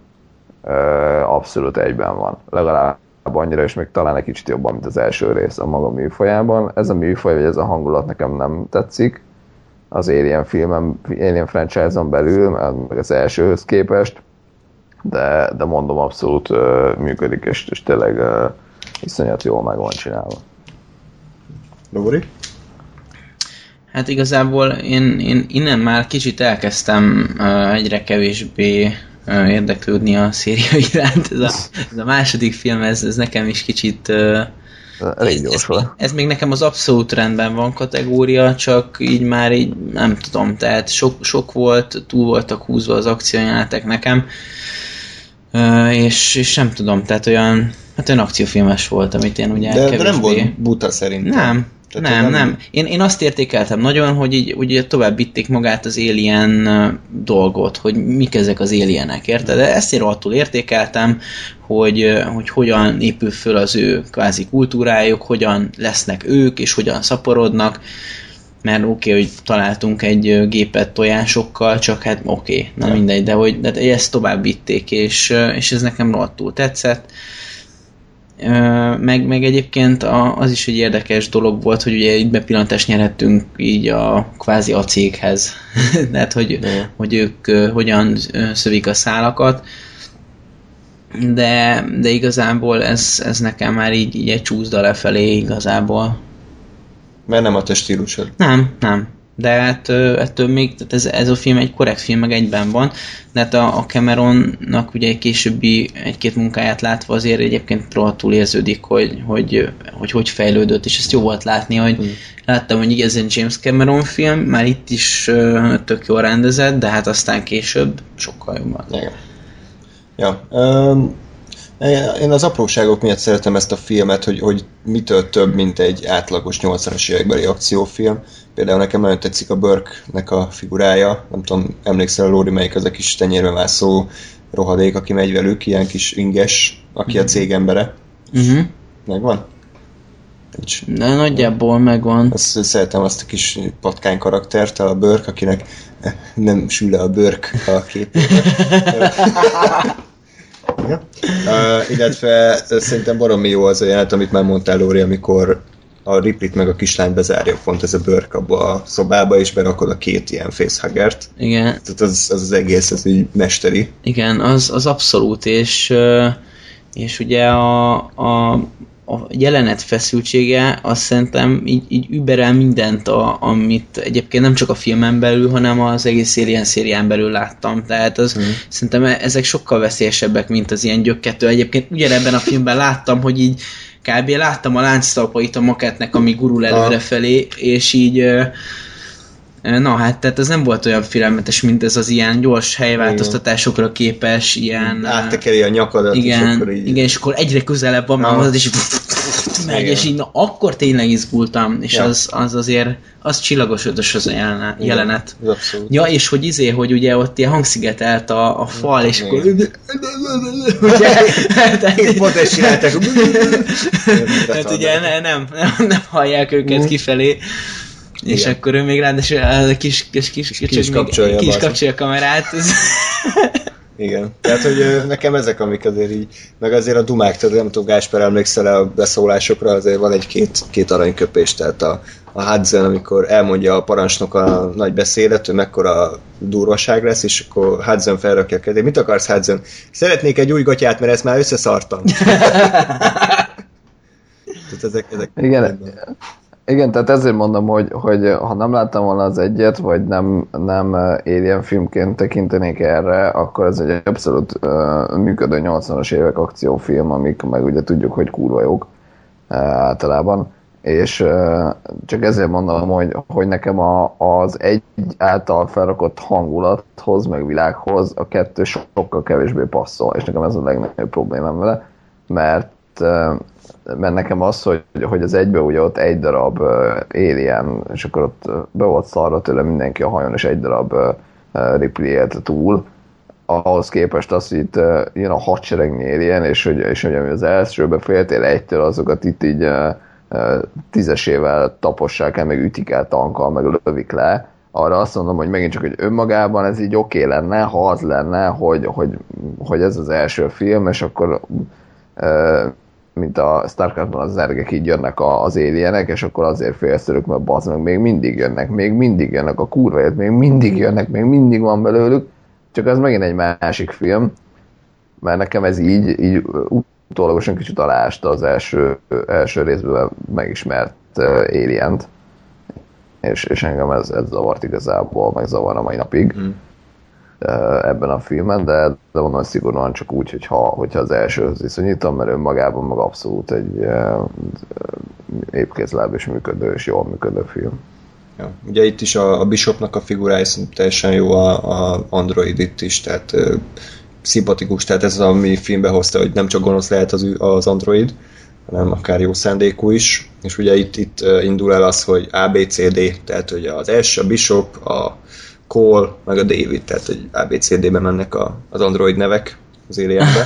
abszolút egyben van. Legalább annyira, és még talán egy kicsit jobban, mint az első rész a maga műfajában. Ez a műfaj, vagy ez a hangulat nekem nem tetszik az Alien filmen, Alien franchise-on belül, meg az elsőhöz képest, de, de mondom, abszolút működik, és, és tényleg iszonyat jól meg van csinálva. Lóri? Hát igazából én, én innen már kicsit elkezdtem uh, egyre kevésbé uh, érdeklődni a széria iránt. Ez a, ez a második film, ez, ez nekem is kicsit... Uh, Elég gyors ez, ez még nekem az abszolút rendben van kategória, csak így már így nem tudom, tehát sok, sok volt, túl voltak húzva az akciójelenetek nekem, uh, és, és nem tudom, tehát olyan, hát olyan akciófilmes volt, amit én ugye de, kevésbé... De nem volt buta szerintem. Nem. Tehát nem, nem, nem. Én, én azt értékeltem nagyon, hogy így ugye tovább vitték magát az Alien dolgot, hogy mik ezek az alienek, érted? De ezt én rohadtul értékeltem, hogy, hogy hogyan épül föl az ő kvázi kultúrájuk, hogyan lesznek ők, és hogyan szaporodnak, mert oké, okay, hogy találtunk egy gépet tojásokkal, csak hát oké, okay, na mindegy, de hogy de ezt tovább vitték, és, és ez nekem rohadtul tetszett. Meg, meg egyébként az is egy érdekes dolog volt, hogy ugye egy bepillantást nyerhettünk így a kvázi a céghez. Tehát, hogy, hogy ők hogyan szövik a szálakat. De, de igazából ez, ez nekem már így, így egy csúszda lefelé igazából. Mert nem a te stílusod. Nem, nem. De hát ettől még, tehát ez, ez a film egy korrekt film, meg egyben van, de hát a, a Cameronnak ugye egy későbbi egy-két munkáját látva azért egyébként rohadtul érződik, hogy hogy, hogy hogy fejlődött, és ezt jó volt látni, hogy hmm. láttam, hogy ez egy James Cameron film, már itt is uh, tök jól rendezett, de hát aztán később sokkal jobban. Igen. Ja, um... Én az apróságok miatt szeretem ezt a filmet, hogy, hogy mitől több, mint egy átlagos nyolcvanas évekbeli akciófilm. Például nekem nagyon tetszik a Burke-nek a figurája, nem tudom, emlékszel a Lóri, melyik az a kis tenyérbe mászó rohadék, aki megy velük, ilyen kis inges, aki uh-huh. a cég embere. Uh-huh. Megvan? Nincs. De nagyjából megvan. Azt szeretem azt a kis patkány karaktert, a Burke, akinek nem sül le a Burke a képében. Ja. Uh, illetve szerintem baromi jó az a jelenet, amit már mondtál, Lóri, amikor a Ripley-t meg a kislányt bezárja pont ez a Burke abba a szobába, és berakod a két ilyen facehuggert. Igen. Tehát az, az az egész, az így mesteri. Igen, az, az abszolút, és, és ugye a, a, a jelenet feszültsége azt szerintem így, így überel mindent, a, amit egyébként nem csak a filmen belül, hanem az egész Alien szérián belül láttam. Tehát az, hmm. szerintem ezek sokkal veszélyesebbek, mint az ilyen gyökkettő. Egyébként ugyanebben a filmben láttam, hogy így kb. Láttam a lánctalpait a makettnek, ami gurul előrefelé, és így na hát, tehát ez nem volt olyan félelmetes, mint ez az ilyen gyors helyváltoztatásokra képes, ilyen... Áttekeri a nyakadat, igen, és akkor így... Igen, és akkor egyre közelebb van már hozzád, és meg, és így, na, akkor tényleg izgultam, és ja. az, az azért, az csillagos ötös az a jelenet. jelenet. Ja, és hogy izé, hogy ugye ott ilyen hangszigetelt a, a fal, és akkor... Pont ezt csináltak. Tehát ugye nem, nem, nem, nem hallják őket kifelé. És igen. Akkor ő még ráadásul a kis, kis, kis, kis, kis kapcsolja, kis kapcsolja a kamerát. Igen. Tehát, hogy nekem ezek, amik azért így, meg azért a dumák, tehát nem tudom, Gásper, emlékszel a beszólásokra, azért van egy-két két aranyköpés, tehát a, a Hudson, amikor elmondja a parancsnok a nagy beszédet, hogy mekkora durvaság lesz, és akkor Hudson felrakja a kezét. Mit akarsz, Hudson? Szeretnék egy új gatyát, mert ezt már összeszartam. Tehát ezek, ezek igen. Igen, tehát ezért mondom, hogy, hogy ha nem láttam volna az egyet, vagy nem, nem Alien filmként tekintenék erre, akkor ez egy abszolút uh, működő nyolcvanas évek akciófilm, amik meg ugye tudjuk, hogy kurva jók uh, általában. És uh, csak ezért mondom, hogy, hogy nekem a, az egy által felrakott hangulathoz, meg világhoz a kettő sokkal kevésbé passzol, és nekem ez a legnagyobb problémám vele, mert uh, mert nekem az, hogy, hogy az egybe ugye ott egy darab uh, Alien, és akkor ott uh, be volt szarva tőle mindenki a hajón, és egy darab uh, Ripley élt túl. Ahhoz képest az, hogy itt uh, jön a hadseregnyi Alien, és hogy, és hogy ami az elsőbe féltél egytől, azokat itt így uh, uh, tízesével tapossák el, meg ütik el tankkal, meg lövik le. Arra azt mondom, hogy megint csak, hogy önmagában ez így oké okay lenne, ha az lenne, hogy, hogy, hogy ez az első film, és akkor uh, mint a StarCraftban az zergek így jönnek az alienek, és akkor azért félszörök, mert bazd meg, még mindig jönnek, még mindig jönnek a kurva, még mindig jönnek, még mindig van belőlük, csak az megint egy másik film, mert nekem ez így, így utólagosan kicsit aláásta az első, első részből megismert uh, Alien-t, és, és engem ez, ez zavart igazából, meg zavar a mai napig mm. uh, ebben a filmben, de, de mondom, szigorúan csak úgy, hogyha, hogyha az elsőhöz viszonyítom, mert önmagában meg abszolút egy uh, épkézláb és működő, és jól működő film. Ja. Ugye itt is a, a Bishopnak a figurája teljesen jó, a, a Android itt is, tehát uh, szimpatikus, tehát ez az, ami filmbe hozta, hogy nem csak gonosz lehet az, az Android, hanem akár jó szándékú is, és ugye itt, itt indul el az, hogy A, B, C, D, tehát hogy az S, a Bishop, a Cole, meg a David, tehát hogy A, B, C, D-be mennek a, az Android nevek az Alienbe.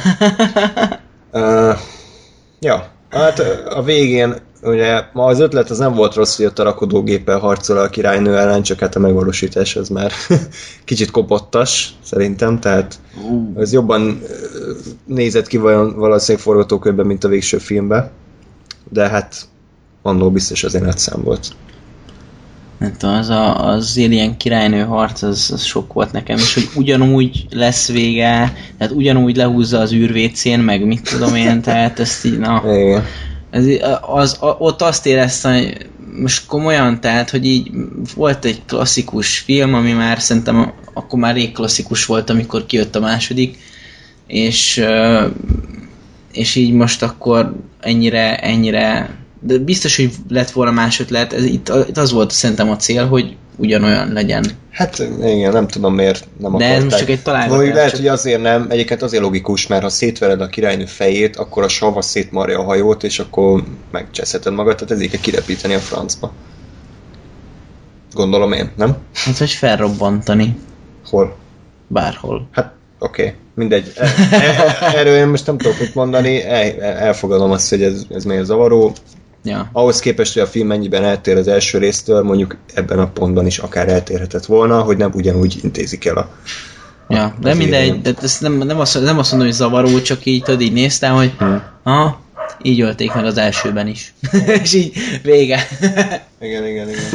uh, ja, hát a végén ugye ma az ötlet az nem volt rossz, hogy ott a rakodógéppel harcol a királynő ellen, csak hát a megvalósítás az már kicsit kopottas, szerintem, tehát ez jobban nézett ki valószínűleg forgatókönyvben, mint a végső filmben, de hát annól biztos azért nagy szám volt. Hát az, a, az Alien királynő harc, az, az sok volt nekem, és hogy ugyanúgy lesz vége, tehát ugyanúgy lehúzza az űrvécén, meg mit tudom én, tehát ezt így, na... Igen. Ez, az, a, ott azt éreztem, hogy most komolyan, tehát, hogy így volt egy klasszikus film, ami már szerintem akkor már rég klasszikus volt, amikor kijött a második, és, és így most akkor ennyire, ennyire, de biztos, hogy lett volna más ötlet, ez, itt, itt az volt szerintem a cél, hogy ugyanolyan legyen. Hát igen, nem tudom miért nem akarták. De ez most csak egy találgatás. Vagy lehet, csak... hogy azért nem, egyébként azért logikus, mert ha szétvered a királynő fejét, akkor a sav szétmarja a hajót, és akkor megcseszheted magad, tehát ezért kell kirepíteni a francba. Gondolom én, nem? Hát, hogy felrobbantani. Hol? Bárhol. Hát, oké, okay. Mindegy. E- e- erről én most nem tudok mit mondani, el- elfogadom azt, hogy ez, ez miért zavaró. Ja. Ahhoz képest, hogy a film mennyiben eltér az első résztől, mondjuk ebben a pontban is akár eltérhetett volna, hogy nem ugyanúgy intézik el a... Ja, de mindegy, de ezt nem, nem, azt, nem azt mondom, hogy zavaró, csak így tudod, így néztem, hogy hmm. ha, így ölték meg az elsőben is. És így vége. igen, igen, igen.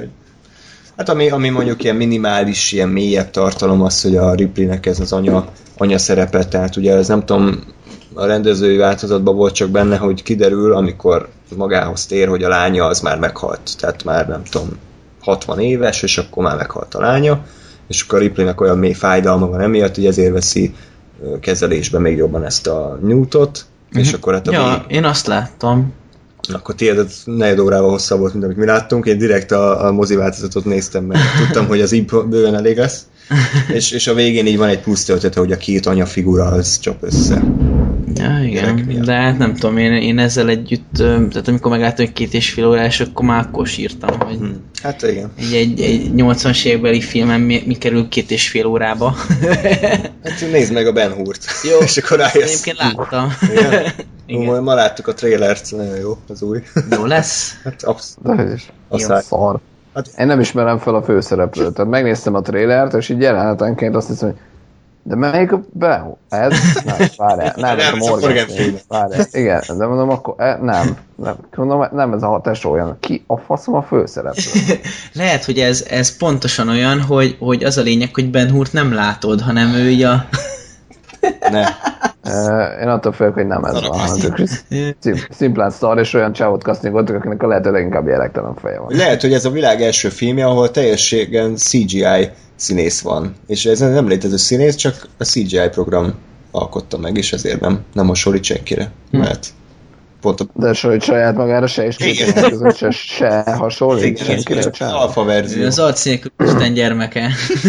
Hát ami, ami mondjuk ilyen minimális, ilyen mélyebb tartalom az, hogy a Ripleynek ez az anya, anya szerepe, tehát ugye ez nem tudom, a rendezői változatban volt csak benne, hogy kiderül, amikor magához tér, hogy a lánya az már meghalt. Tehát már nem tudom, hatvan éves, és akkor már meghalt a lánya, és akkor a Ripleynek olyan mély fájdalma van emiatt, hogy ezért veszi kezelésbe még jobban ezt a Newtot, mm-hmm. és akkor hát a ja, még... én azt láttam. Akkor tiéd negyed órával hosszabb volt, mint amit mi láttunk. Én direkt a, a mozi változatot néztem, mert tudtam, hogy az így bőven elég lesz. és, és a végén így van egy plusz töltete, hogy a két anyafigura az csap össze. Ja, igen, de hát nem tudom, én, én ezzel együtt, tehát amikor megláttam, hogy két és fél órás, akkor már akkor sírtam, hogy hmm. hát igen. Egy, egy, egy nyolcvanas évekbeli filmen mi, mi kerül két és fél órába. Hát nézd meg a Ben Hurt. Jó, és akkor rájössz. Egyébként láttam. Igen. Igen. Ma láttuk a trailert, nagyon jó, az új. Jó lesz? Hát abszolút. De is. Szar. Hát, én nem ismerem fel a főszereplőt, tehát megnéztem a trailert, és így jelenetenként azt hiszem, hogy de melyik a Behu? Ez? Nem, várjál, nem, ez a Morgan Freeman. Igen, de mondom, akkor e, nem, nem, mondom, nem ez a tesó olyan. Ki a faszom a főszereplő? Lehet, hogy ez, ez pontosan olyan, hogy, hogy az a lényeg, hogy Ben Hurt nem látod, hanem ő így a... Ne. Én attól félek, hogy nem ez van, hanem csak szimplán szar, és olyan csávot castingoltak, akinek a lehető leginkább jellegtelen feje van. Lehet, hogy ez a világ első filmje, ahol teljességen cé gé i színész van. És ez nem létező színész, csak a cé gé i program alkotta meg, és ezért nem, nem hasonlít senkire. Hm. Mert pont a... De hogy saját magára se is között se, se hasonlít senkire. Ez az alfa verzió. Az arcnélkül Isten gyermeke.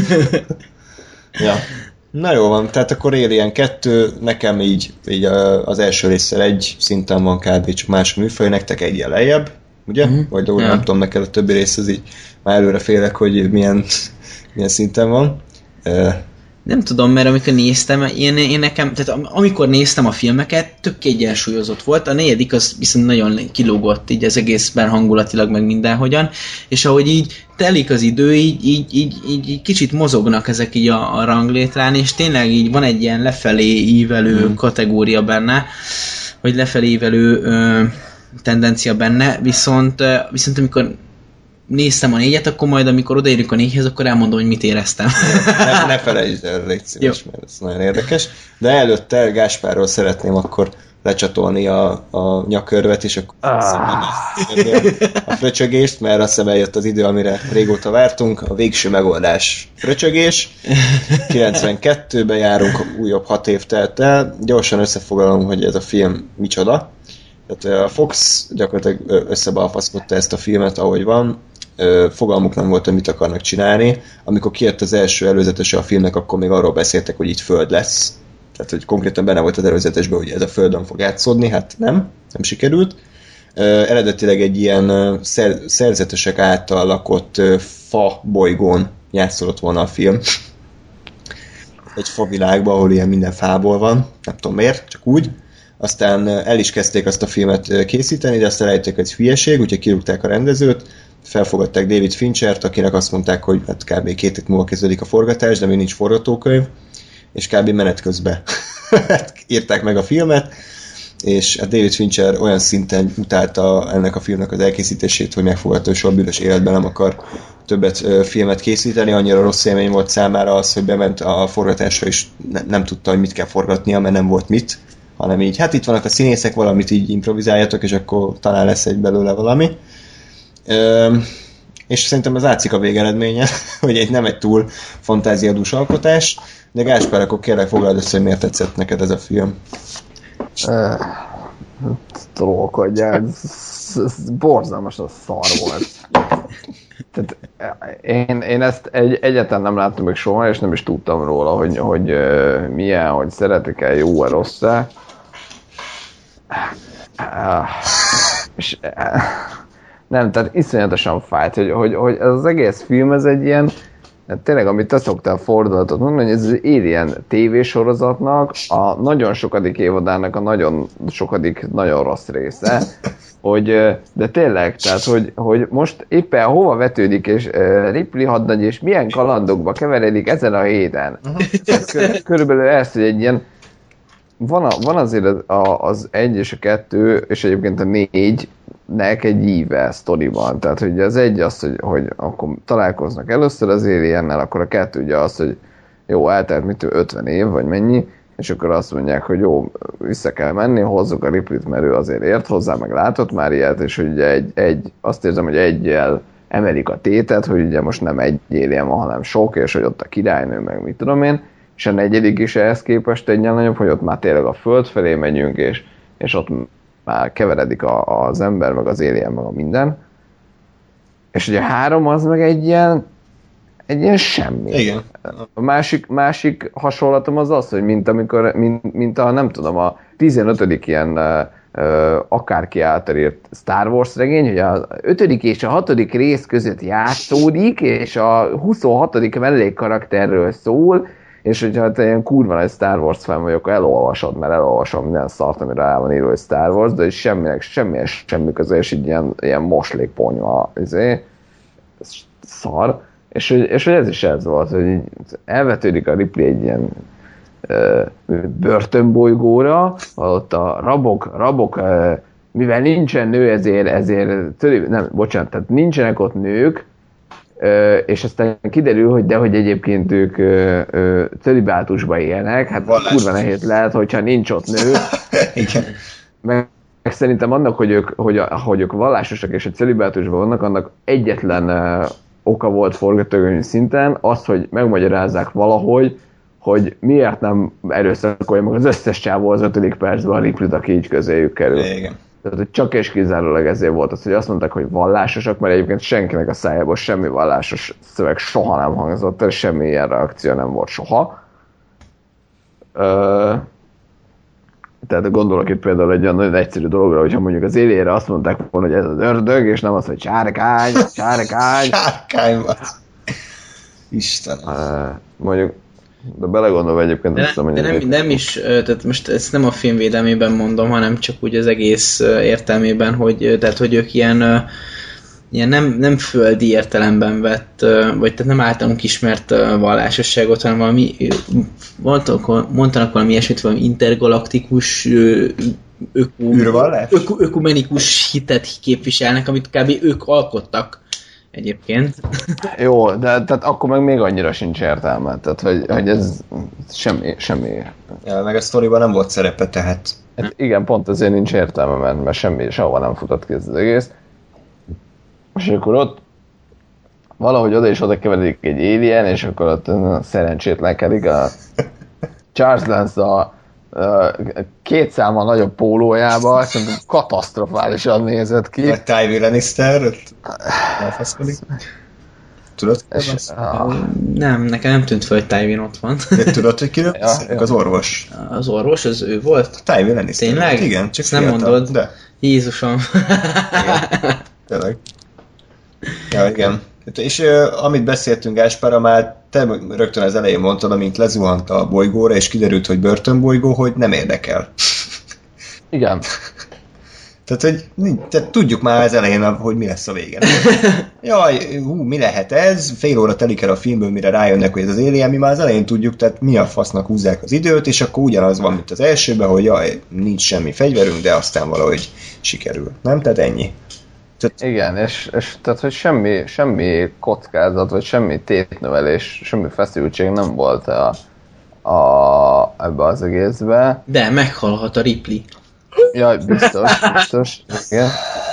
Ja. Na jó van, tehát akkor Alien kettő, nekem így, így az első résszel egy szinten van kb. Csak más műfaj, nektek egy lejjebb, ugye? Mm-hmm. Vagy ja. Nem tudom, neked a többi rész az így már előre félek, hogy milyen, milyen szinten van. Nem tudom, mert amikor néztem, én, én nekem, tehát amikor néztem a filmeket, tök kiegyensúlyozott volt, a negyedik az viszont nagyon kilógott így az egészben hangulatilag, meg mindenhogyan, és ahogy így telik az idő, így, így, így, így, így kicsit mozognak ezek így a, a ranglétrán, és tényleg így van egy ilyen lefelé ívelő hmm. kategória benne, vagy lefelé ívelő ö, tendencia benne, viszont, ö, viszont amikor néztem a négyet, akkor majd amikor odaérünk a négyhez, akkor elmondom, hogy mit éreztem. Ne, ne felejtsd el, légy szíves, mert ez nagyon érdekes. De előtte Gáspárról szeretném akkor lecsatolni a, a nyakörvet, és akkor ah. a fröcsögést, mert azt hiszem eljött az idő, amire régóta vártunk, a végső megoldás fröcsögés. kilencvenkettőben járunk, újabb hat év telt el. Gyorsan összefoglalom, hogy ez a film micsoda. Tehát a Fox gyakorlatilag összebalfaszkodta ezt a filmet, ahogy van. Fogalmuk nem volt, hogy mit akarnak csinálni. Amikor kijött az első előzetese a filmnek, akkor még arról beszéltek, hogy itt föld lesz. Tehát, hogy konkrétan benne volt az előzetesben, hogy ez a földön fog játszódni, hát nem, nem sikerült. Uh, eredetileg egy ilyen uh, szer- szerzetesek által lakott uh, fa bolygón játszódott volna a film. Egy fa világban, ahol ilyen minden fából van, nem tudom miért, csak úgy. Aztán uh, el is kezdték azt a filmet uh, készíteni, de aztán eljöttek egy hülyeség, úgyhogy kirúgták a rendezőt, felfogadták David Finchert, akinek azt mondták, hogy hát kb. két hét múlva kezdődik a forgatás, de még nincs forgatókönyv, és kb. Menet közben írták meg a filmet, és a David Fincher olyan szinten utálta ennek a filmnek az elkészítését, hogy megfogadta, hogy soha büdös életben nem akar többet ö, filmet készíteni. Annyira rossz élmény volt számára az, hogy bement a forgatásra, és ne, nem tudta, hogy mit kell forgatnia, mert nem volt mit, hanem így, hát itt vannak a színészek, valamit így improvizáljatok, és akkor talán lesz egy belőle valami. Ö, és szerintem az látszik a végeredménye, hogy egy nem egy túl fantáziadús alkotás, de Gáspár, akkor kérlek foglald össze, hogy miért tetszett neked ez a film. Trollkodjál, ez, ez borzalmas, az szar volt. Tehát én, én ezt egy, egyáltalán nem láttam még soha, és nem is tudtam róla, hogy, hogy uh, milyen, hogy szeretik-e, jó-e, rossz-e. Uh, és uh, nem, tehát iszonyatosan fájt, hogy, hogy, hogy ez az egész film, ez egy ilyen, tényleg, amit te szoktál fordulatot mondani, hogy ez az Alien tévésorozatnak a nagyon sokadik évadának a nagyon sokadik, nagyon rossz része, hogy, de tényleg, tehát, hogy, hogy most éppen hova vetődik, és uh, Ripley hadnagy, és milyen kalandokba keveredik ezen a héten. Kör, körülbelül ez, hogy egy ilyen, van, a, van azért az, a, az egy és a kettő, és egyébként a négy, nek egy íve sztoriban. Tehát, hogy az egy az, hogy, hogy akkor találkoznak először az Aliennel, akkor a kettő ugye az, hogy jó, eltelt mit ötven év, vagy mennyi, és akkor azt mondják, hogy jó, vissza kell menni, hozzuk a Ripley-t, mert ő azért ért hozzá, meg látott már ilyet, és hogy ugye egy, egy, azt érzem, hogy egyel emelik a tétet, hogy ugye most nem egy Alien van, hanem sok, és hogy ott a királynő, meg mit tudom én, és a negyedik is ehhez képest egyen nagyobb, hogy ott már tényleg a föld felé megyünk, és, és ott már keveredik a, az ember, meg az Alien, meg a minden. És ugye a három az meg egy ilyen, egy ilyen semmi. Igen. A másik, másik hasonlatom az az, hogy mint amikor, mint, mint a nem tudom, a tizenötödik ilyen uh, akárki által írt Star Wars regény, hogy az ötödik és a hatodik rész között játszódik, és a huszonhatodik mellékkarakterről szól, és hogyha te ilyen kurva nagy Star Wars fan vagy, akkor elolvasod, mert elolvasom minden szart, amire rá van írva, hogy Star Wars, de semminek semmi, semmi köze, és így ilyen, ilyen moslékponyva, izé, szar. És, és hogy ez is ez volt, hogy így elvetődik a Ripley egy ilyen ö, börtönbolygóra, ott a rabok, rabok ö, mivel nincsen nő, ezért, ezért több, nem, bocsánat, tehát nincsenek ott nők, Ö, és aztán kiderül, hogy de hogy egyébként ők ö, ö, celibátusban élnek, hát Vallásos. Kurva nehéz lehet, hogyha nincs ott nő. Igen. Meg, meg szerintem annak, hogy ők, hogy, a, hogy ők vallásosak és a celibátusban vannak, annak egyetlen ö, oka volt forgatókönyv szinten, az, hogy megmagyarázzák valahogy, hogy miért nem erőszakolja meg az összes csávó az ötödik percben a Ripley-t, aki így közéjük kerül. Igen. Tehát, hogy csak és kizárólag ezért volt az, hogy azt mondták, hogy vallásosak, mert egyébként senkinek a szájából semmi vallásos szöveg soha nem hangzott el, semmi ilyen reakció nem volt soha. Ö, tehát gondolok itt például egy olyan nagyon egyszerű dologra, hogyha mondjuk az élére azt mondták volna, hogy ez az ördög, és nem az, hogy sárkány, sárkány. Sárkány van. Istenem. Ö, mondjuk, de belegondolva egyébként... De, azt ne, de nem, nem is, tehát most ezt nem a film védelmében mondom, hanem csak úgy az egész értelmében, hogy, tehát, hogy ők ilyen, ilyen nem, nem földi értelemben vett, vagy tehát nem általunk ismert vallásosságot, hanem valami, mondtanak valami ilyesmit, valami intergalaktikus öku, öku, ökumenikus hitet képviselnek, amit kb. Ők alkottak egyébként. Jó, de tehát akkor meg még annyira sincs értelme. Tehát, hogy, hogy ez semmi, semmi. Ja, meg a sztoriban nem volt szerepe, tehát Hát igen, pont ezért nincs értelme, mert, mert semmi, sehova nem futott ki ez az egész. És akkor ott valahogy oda és oda keveredik egy alien, és akkor ott szerencsétlenkedik a Charles Dance a, a két száma nagyobb pólójába, szerintem katasztrofálisan nézett ki. Vagy Tywin Lannister, elfaszkodik. Tudod? És, ah, Nem, nekem nem tűnt fel, hogy Tywin ott van. de tudod, hogy kiről Ja, beszélünk? ja. Az orvos. Az orvos, az ő volt? Tywin Lannister. Tényleg? Igen, csak Ezt nem fiatal. mondod. De, Jézusom. igen. Tényleg. Ja, igen. És uh, amit beszéltünk Gáspárra, már te rögtön az elején mondtad, amint lezuhant a bolygóra, és kiderült, hogy börtönbolygó, hogy nem érdekel. igen. Tehát, hogy tehát tudjuk már az elején, hogy mi lesz a vége. Jaj, hú, mi lehet ez? Fél óra telik el a filmből, mire rájönnek, hogy ez az alien, mi már az elején tudjuk, tehát mi a fasznak húzzák az időt, és akkor ugyanaz van, mint az elsőben, hogy jaj, nincs semmi fegyverünk, de aztán valahogy sikerül. Nem? Tehát ennyi. Tehát, Igen, és, és tehát, hogy semmi, semmi kockázat, vagy semmi tétnövelés, semmi feszültség nem volt a, a, ebbe az egészbe. De meghalhat a Ripley. Jaj, biztos, biztos, igen.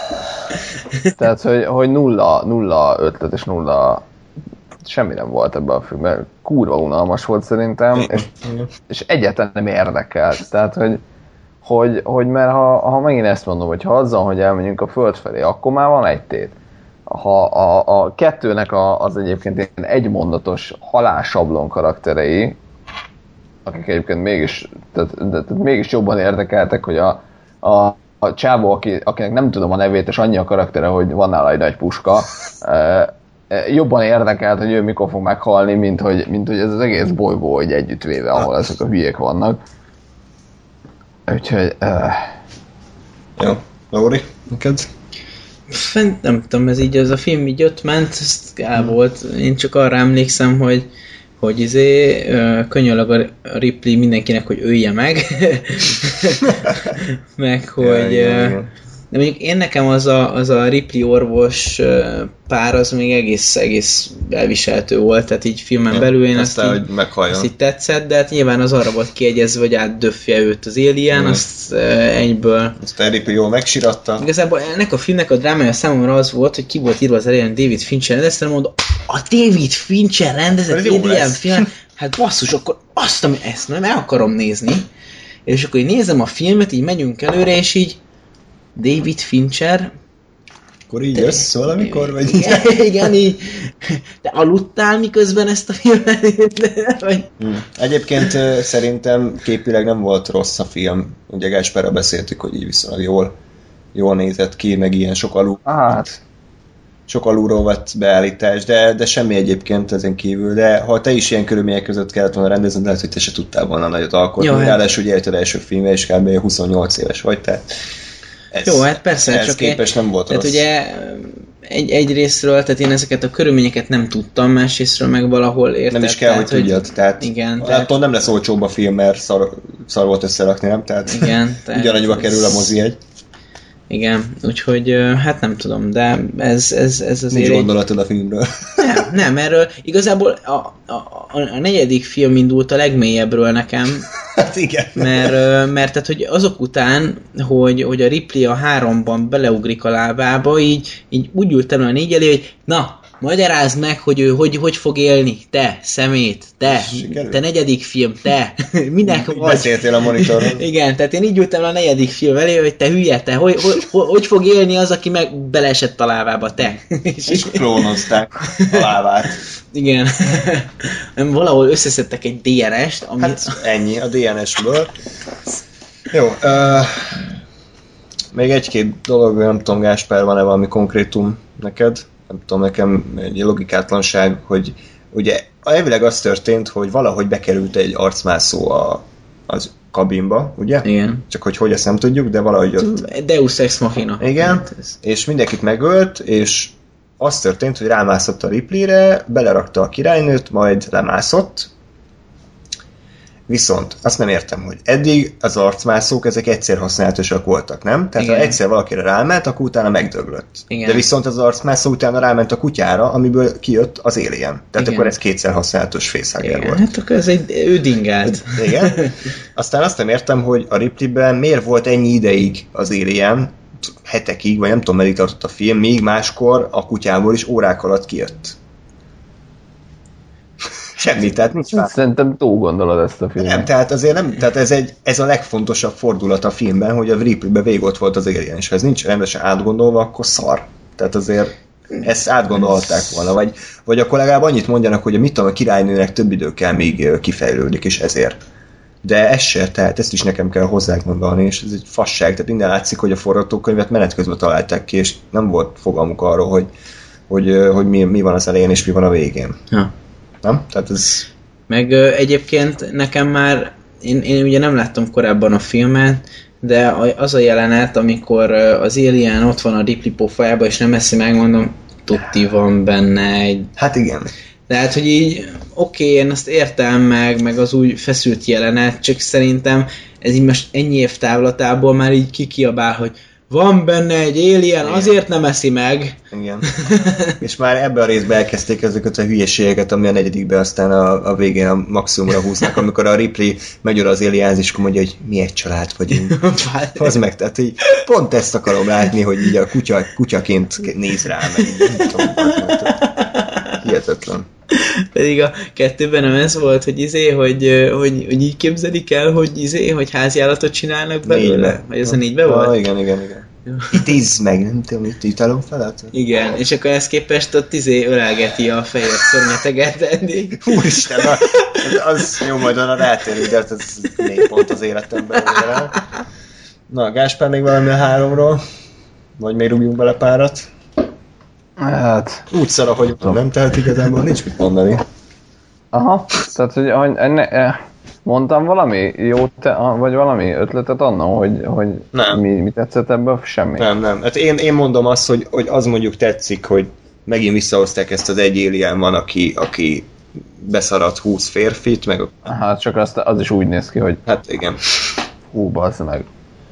Tehát, hogy, hogy nulla, nulla ötlet és nulla semmi nem volt ebben a filmben. Kurva unalmas volt szerintem, és, és egyáltalán nem érdekelt. Tehát, hogy, hogy, hogy mert ha, ha megint ezt mondom, hogy ha azzal, hogy elmegyünk a föld felé, akkor már van egy tét. Ha a, a kettőnek a, az egyébként ilyen egymondatos halálsablon karakterei, akik egyébként mégis, tehát, de, tehát mégis jobban érdekeltek, hogy a, a, a csávó, aki, akinek nem tudom a nevét, és annyi a karaktere, hogy van nála egy nagy puska, e, e, jobban érdekelt, hogy ő mikor fog meghalni, mint hogy, mint hogy ez az egész bolygó hogy együttvéve, ahol ezek a hülyék vannak. Úgyhogy... E... jó. Lóri, neked? Fent, nem tudom, ez így, az a film így ott ment, ez el volt. Én csak arra emlékszem, hogy hogy izé, könyörög a Ripley mindenkinek, hogy ölje meg. meg, hogy... Ja, igen, igen. De mondjuk én nekem az a, az a Ripley orvos pár, az még egész, egész elviselhető volt, tehát így filmen Ja, belül én aztán, azt, hogy így, meghalljon. azt így tetszett, de hát nyilván az arra volt kiegyezve, hogy átdöffje őt az alien, Mm. azt egyből... Aztán Ripley jól megsiratta. Igazából ennek a filmnek a drámája számomra az volt, hogy ki volt írva az elején David Fincher rendezte, mondom, a David Fincher rendezett Ez jó egy ilyen lesz. film, hát basszus, akkor azt, ami ezt nem el akarom nézni. És akkor így nézem a filmet, így megyünk előre, és így David Fincher... Akkor így jössz valamikor? Vagy Igen, igen, így. Te aludtál miközben ezt a filmet? Vagy... Hmm. Egyébként ö, szerintem képileg nem volt rossz a film. Ugye Gáspárral beszéltük, hogy így viszonylag jól, jól nézett ki, meg ilyen sok alul, Hát, sok alulról vett beállítás, de, de semmi egyébként ezen kívül. De ha te is ilyen körülmények között kellett volna rendezni, lehet, hogy te se tudtál volna nagyot alkotni. Jó, hát- Ráadásul ugye érted első filmje, és kb. huszonnyolc éves vagy, tehát ez, Jó, hát persze, ez csak képest nem volt tehát rossz. ugye egy, egy részről, tehát én ezeket a körülményeket nem tudtam, másrésztről meg valahol érted. Nem is kell, tehát, hogy tudjad. Tehát igen, attól tehát- nem lesz olcsóbb a film, mert szar, szar volt összerakni, nem? Tehát Igen, tehát ugyanannyiba ez- kerül a mozi egy. Igen, úgyhogy ö, hát nem tudom, de ez, ez, ez azért... Nincs egy- gondolatod a filmről. Nem, nem, erről igazából a, a, a, a negyedik film indult a legmélyebbről nekem, Hát igen. mert, ö, mert tehát, hogy azok után, hogy, hogy a Ripley a háromban beleugrik a lábába, így, így úgy ültem le a négy elé, hogy na, magyarázd meg, hogy ő hogy, hogy fog élni, te, szemét, te, Sikerült? te negyedik film, te, minek vagy? Beszéltél a monitoron. Igen, tehát én így ültem le a negyedik film elé, hogy te hülye, te, hogy, hogy, hogy fog élni az, aki meg beleesett a lábába, te. És klónozták a lábát. Igen. Nem, valahol összeszedtek egy dé en est, ami... Hát ennyi a dé en es-ből. Jó. Uh, még egy-két dolog, nem tudom, Gáspár, van-e valami konkrétum neked? Nem tudom, nekem egy logikátlanság, hogy ugye elvileg az történt, hogy valahogy bekerült egy arcmászó a, az kabinba, ugye? Igen. Csak hogy hogy ezt nem tudjuk, de valahogy ott... Deus Ex Machina. Igen, Hát ez- és mindenkit megölt, és az történt, hogy rámászott a Ripleyre, belerakta a királynőt, majd lemászott. Viszont azt nem értem, hogy eddig az arcmászók ezek egyszer használatosak voltak, nem? Tehát igen. Ha egyszer valakire ráment, akkor utána megdöglött. Igen. De viszont az arcmászó utána ráment a kutyára, amiből kijött az Alien. Tehát igen. Akkor ez kétszer használatos facehugger volt. Hát akkor ez egy ő dingált. Igen. Aztán azt nem értem, hogy a Ripleyben miért volt ennyi ideig az Alien, hetekig, vagy nem tudom, meddig tartott a film, míg máskor a kutyából is órák alatt kijött. Semmi, tehát nincs már. Szerintem túl gondolod ezt a filmet. Nem, tehát azért nem, tehát ez, egy, ez a legfontosabb fordulat a filmben, hogy a Ripleyben végig ott volt az Alien, és ha ez nincs rendesen átgondolva, akkor szar. Tehát azért ezt átgondolhatták volna, vagy, vagy akkor legalább annyit mondjanak, hogy mit tudom, a királynőnek több idő kell, még kifejlődik, és ezért. De ez se, tehát ezt is nekem kell hozzágondolni, és ez egy fasság, tehát minden látszik, hogy a forgatókönyvet menet közben találták ki, és nem volt fogalmuk arról, hogy, hogy, hogy mi, mi van az elején, és mi van a végén. Ja. Nem? Tehát ez... Meg ö, egyébként nekem már, én, én ugye nem láttam korábban a filmet, de az a jelenet, amikor az Alien ott van a Ripley pofájában, és nem eszi meg, mondom, tuti van benne egy... Hát igen. Tehát, hogy így, oké, okay, én azt értem meg, meg az úgy feszült jelenet, csak szerintem ez így most ennyi év távlatából már így kikiabál, hogy van benne egy Alien, igen. Azért nem eszi meg. Igen. És már ebben a részben elkezdték ezeket a hülyeségeket, ami a negyedikben aztán a, a végén a maximumra húznak, amikor a Ripley megy oda az Alienhez, és mondja, hogy mi egy család vagyunk. Az meg, tehát így pont ezt akarom látni, hogy így a kutya, kutyaként néz rá, meg így, nem tudom, hihetetlen. Pedig a kettőben nem ez volt, hogy izé, hogy, hogy, hogy így képzelik el, hogy izé, hogy háziállatot csinálnak belőle? Vagy ez a négyben volt? Ah, igen, igen, igen. Itt íz meg, nem tudom, itt italom felett. Igen, és akkor ezt képest ott izé ölelgeti a fehér szörnyeteget eddig. Úristen, na, az jó, majd arra rátérünk, de ez négy pont az életemben. Ugyan. Na, Gáspár, még valami a háromról? Vagy még rúgjunk bele párat? Hát... Úgy szar, ahogy nem, nem tehát igazából nincs mit mondani. Aha, tehát hogy enne, mondtam valami jót, vagy valami ötletet annak, hogy, hogy mi, mi tetszett ebből? Semmi. Nem, nem. Hát én, én mondom azt, hogy, hogy az mondjuk tetszik, hogy megint visszahozták ezt az egy Alien van, aki, aki beszaradt húsz férfit, meg... Hát csak azt, az is úgy néz ki, hogy... Hát igen. Hú, bassz meg.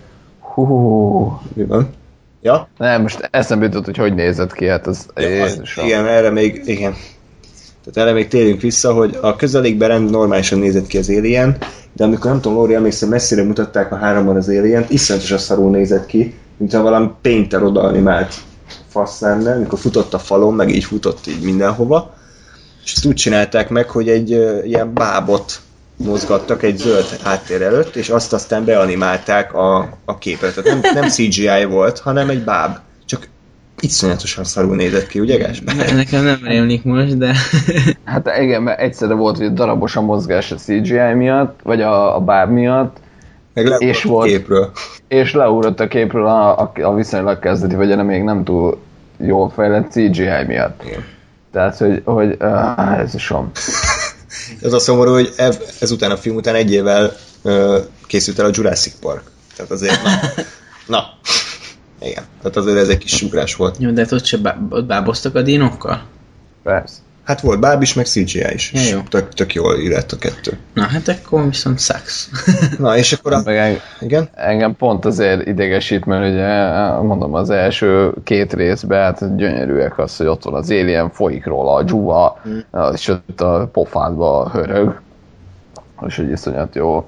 Hú. Mi van? Ja? Nem, most eszembe jutott, hogy hogy nézett ki, hát az... Ja, az igen, erre még, igen. Tehát erre még térjünk vissza, hogy a közelékben rend normálisan nézett ki az Alien, de amikor nem tudom, Lóri, emlékszem, messzire mutatták a háromban az Alien-t, iszonyatosan szarul nézett ki, mintha valami painter odaanimált fasz lenne, amikor futott a falon, meg így futott így mindenhova, és ezt úgy csinálták meg, hogy egy uh, ilyen bábot mozgattak egy zöld háttér előtt, és azt aztán beanimálták a, a képet. Tehát nem, nem cé gé í volt, hanem egy báb. Csak iszonyatosan szarul nézett ki, ugye Gáspár? Ne, nekem nem rémlik most, de... Hát igen, mert egyszerre volt, hogy darabos a mozgás a cé gé í miatt, vagy a, a báb miatt, meg és volt, a képről. És leugrott a képről a, a, a viszonylag kezdeti, vagy a még nem túl jól fejlett cé gé í miatt. Igen. Tehát, hogy, hogy uh, ez is som. Ez a szomorú, hogy ezután a film után egy évvel uh, készült el a Jurassic Park. Tehát azért, na, na. Igen, tehát azért ez egy kis ugrás volt. Jó, de ott se bá- báboztak a dinokkal? Persze. Hát volt báb is, meg cé gé í is. Ja, jó. Tök, tök jól illett a kettő. Na, hát akkor viszont szax. Na, és akkor a... Engem, igen? Engem pont azért idegesít, mert ugye mondom, az első két részben hát gyönyörűek az, hogy ott van az Alien, folyik róla a dzsuva, hmm. és ott a pofádba hörög. És hogy iszonyat jó.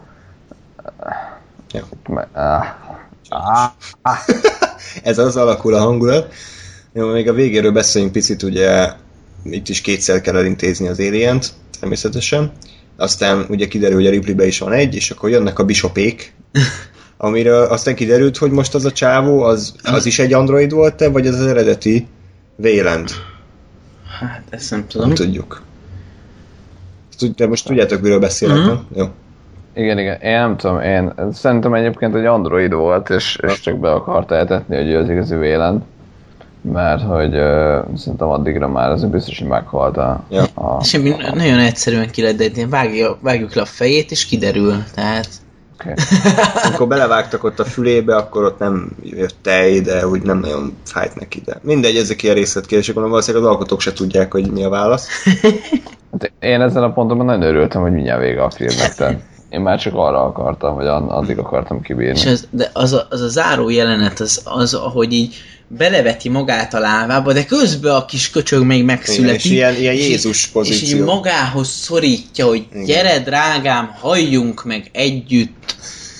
Jó. Ah. Ah. Ah. Ez az alakul a hangulat. Jó, még a végéről beszéljünk picit, ugye itt is kétszer kell elintézni az Alient, természetesen. Aztán ugye kiderül, hogy a Ripleybe is van egy, és akkor jönnek a Bishopék, amiről aztán kiderült, hogy most az a csávó, az, az is egy android volt-e, vagy az az eredeti Weyland? Hát ezt nem tudom. Nem tudjuk. De most tudjátok, miről beszélek, uh-huh. nem? Jó. Igen, igen, én nem tudom, én szerintem egyébként egy android volt, és, és csak be akart eltetni, hogy ő az igazi Weyland, mert hogy uh, szerintem addigra már az biztos, hogy meghalt a... Ja. a Semmi, a... nagyon egyszerűen ki lehet, de vágjuk, vágjuk le a fejét, és kiderül, tehát... Okay. Amikor belevágtak ott a fülébe, akkor ott nem jött tej, de úgy nem nagyon fájt neki, de mindegy, ezek ilyen részletkérdések, gondolom valószínűleg az alkotók se tudják, hogy mi a válasz. Hát én ezen a ponton nagyon örültem, hogy mindjárt vége a filmnek, tehát Én már csak arra akartam, vagy addig akartam kibírni. És ez, de az a, az a záró jelenet, az, az, ahogy így beleveti magát a lávába, de közben a kis köcsög még megszületik. És ilyen, ilyen Jézus pozíció. És így magához szorítja, hogy igen. Gyere drágám, halljunk meg együtt.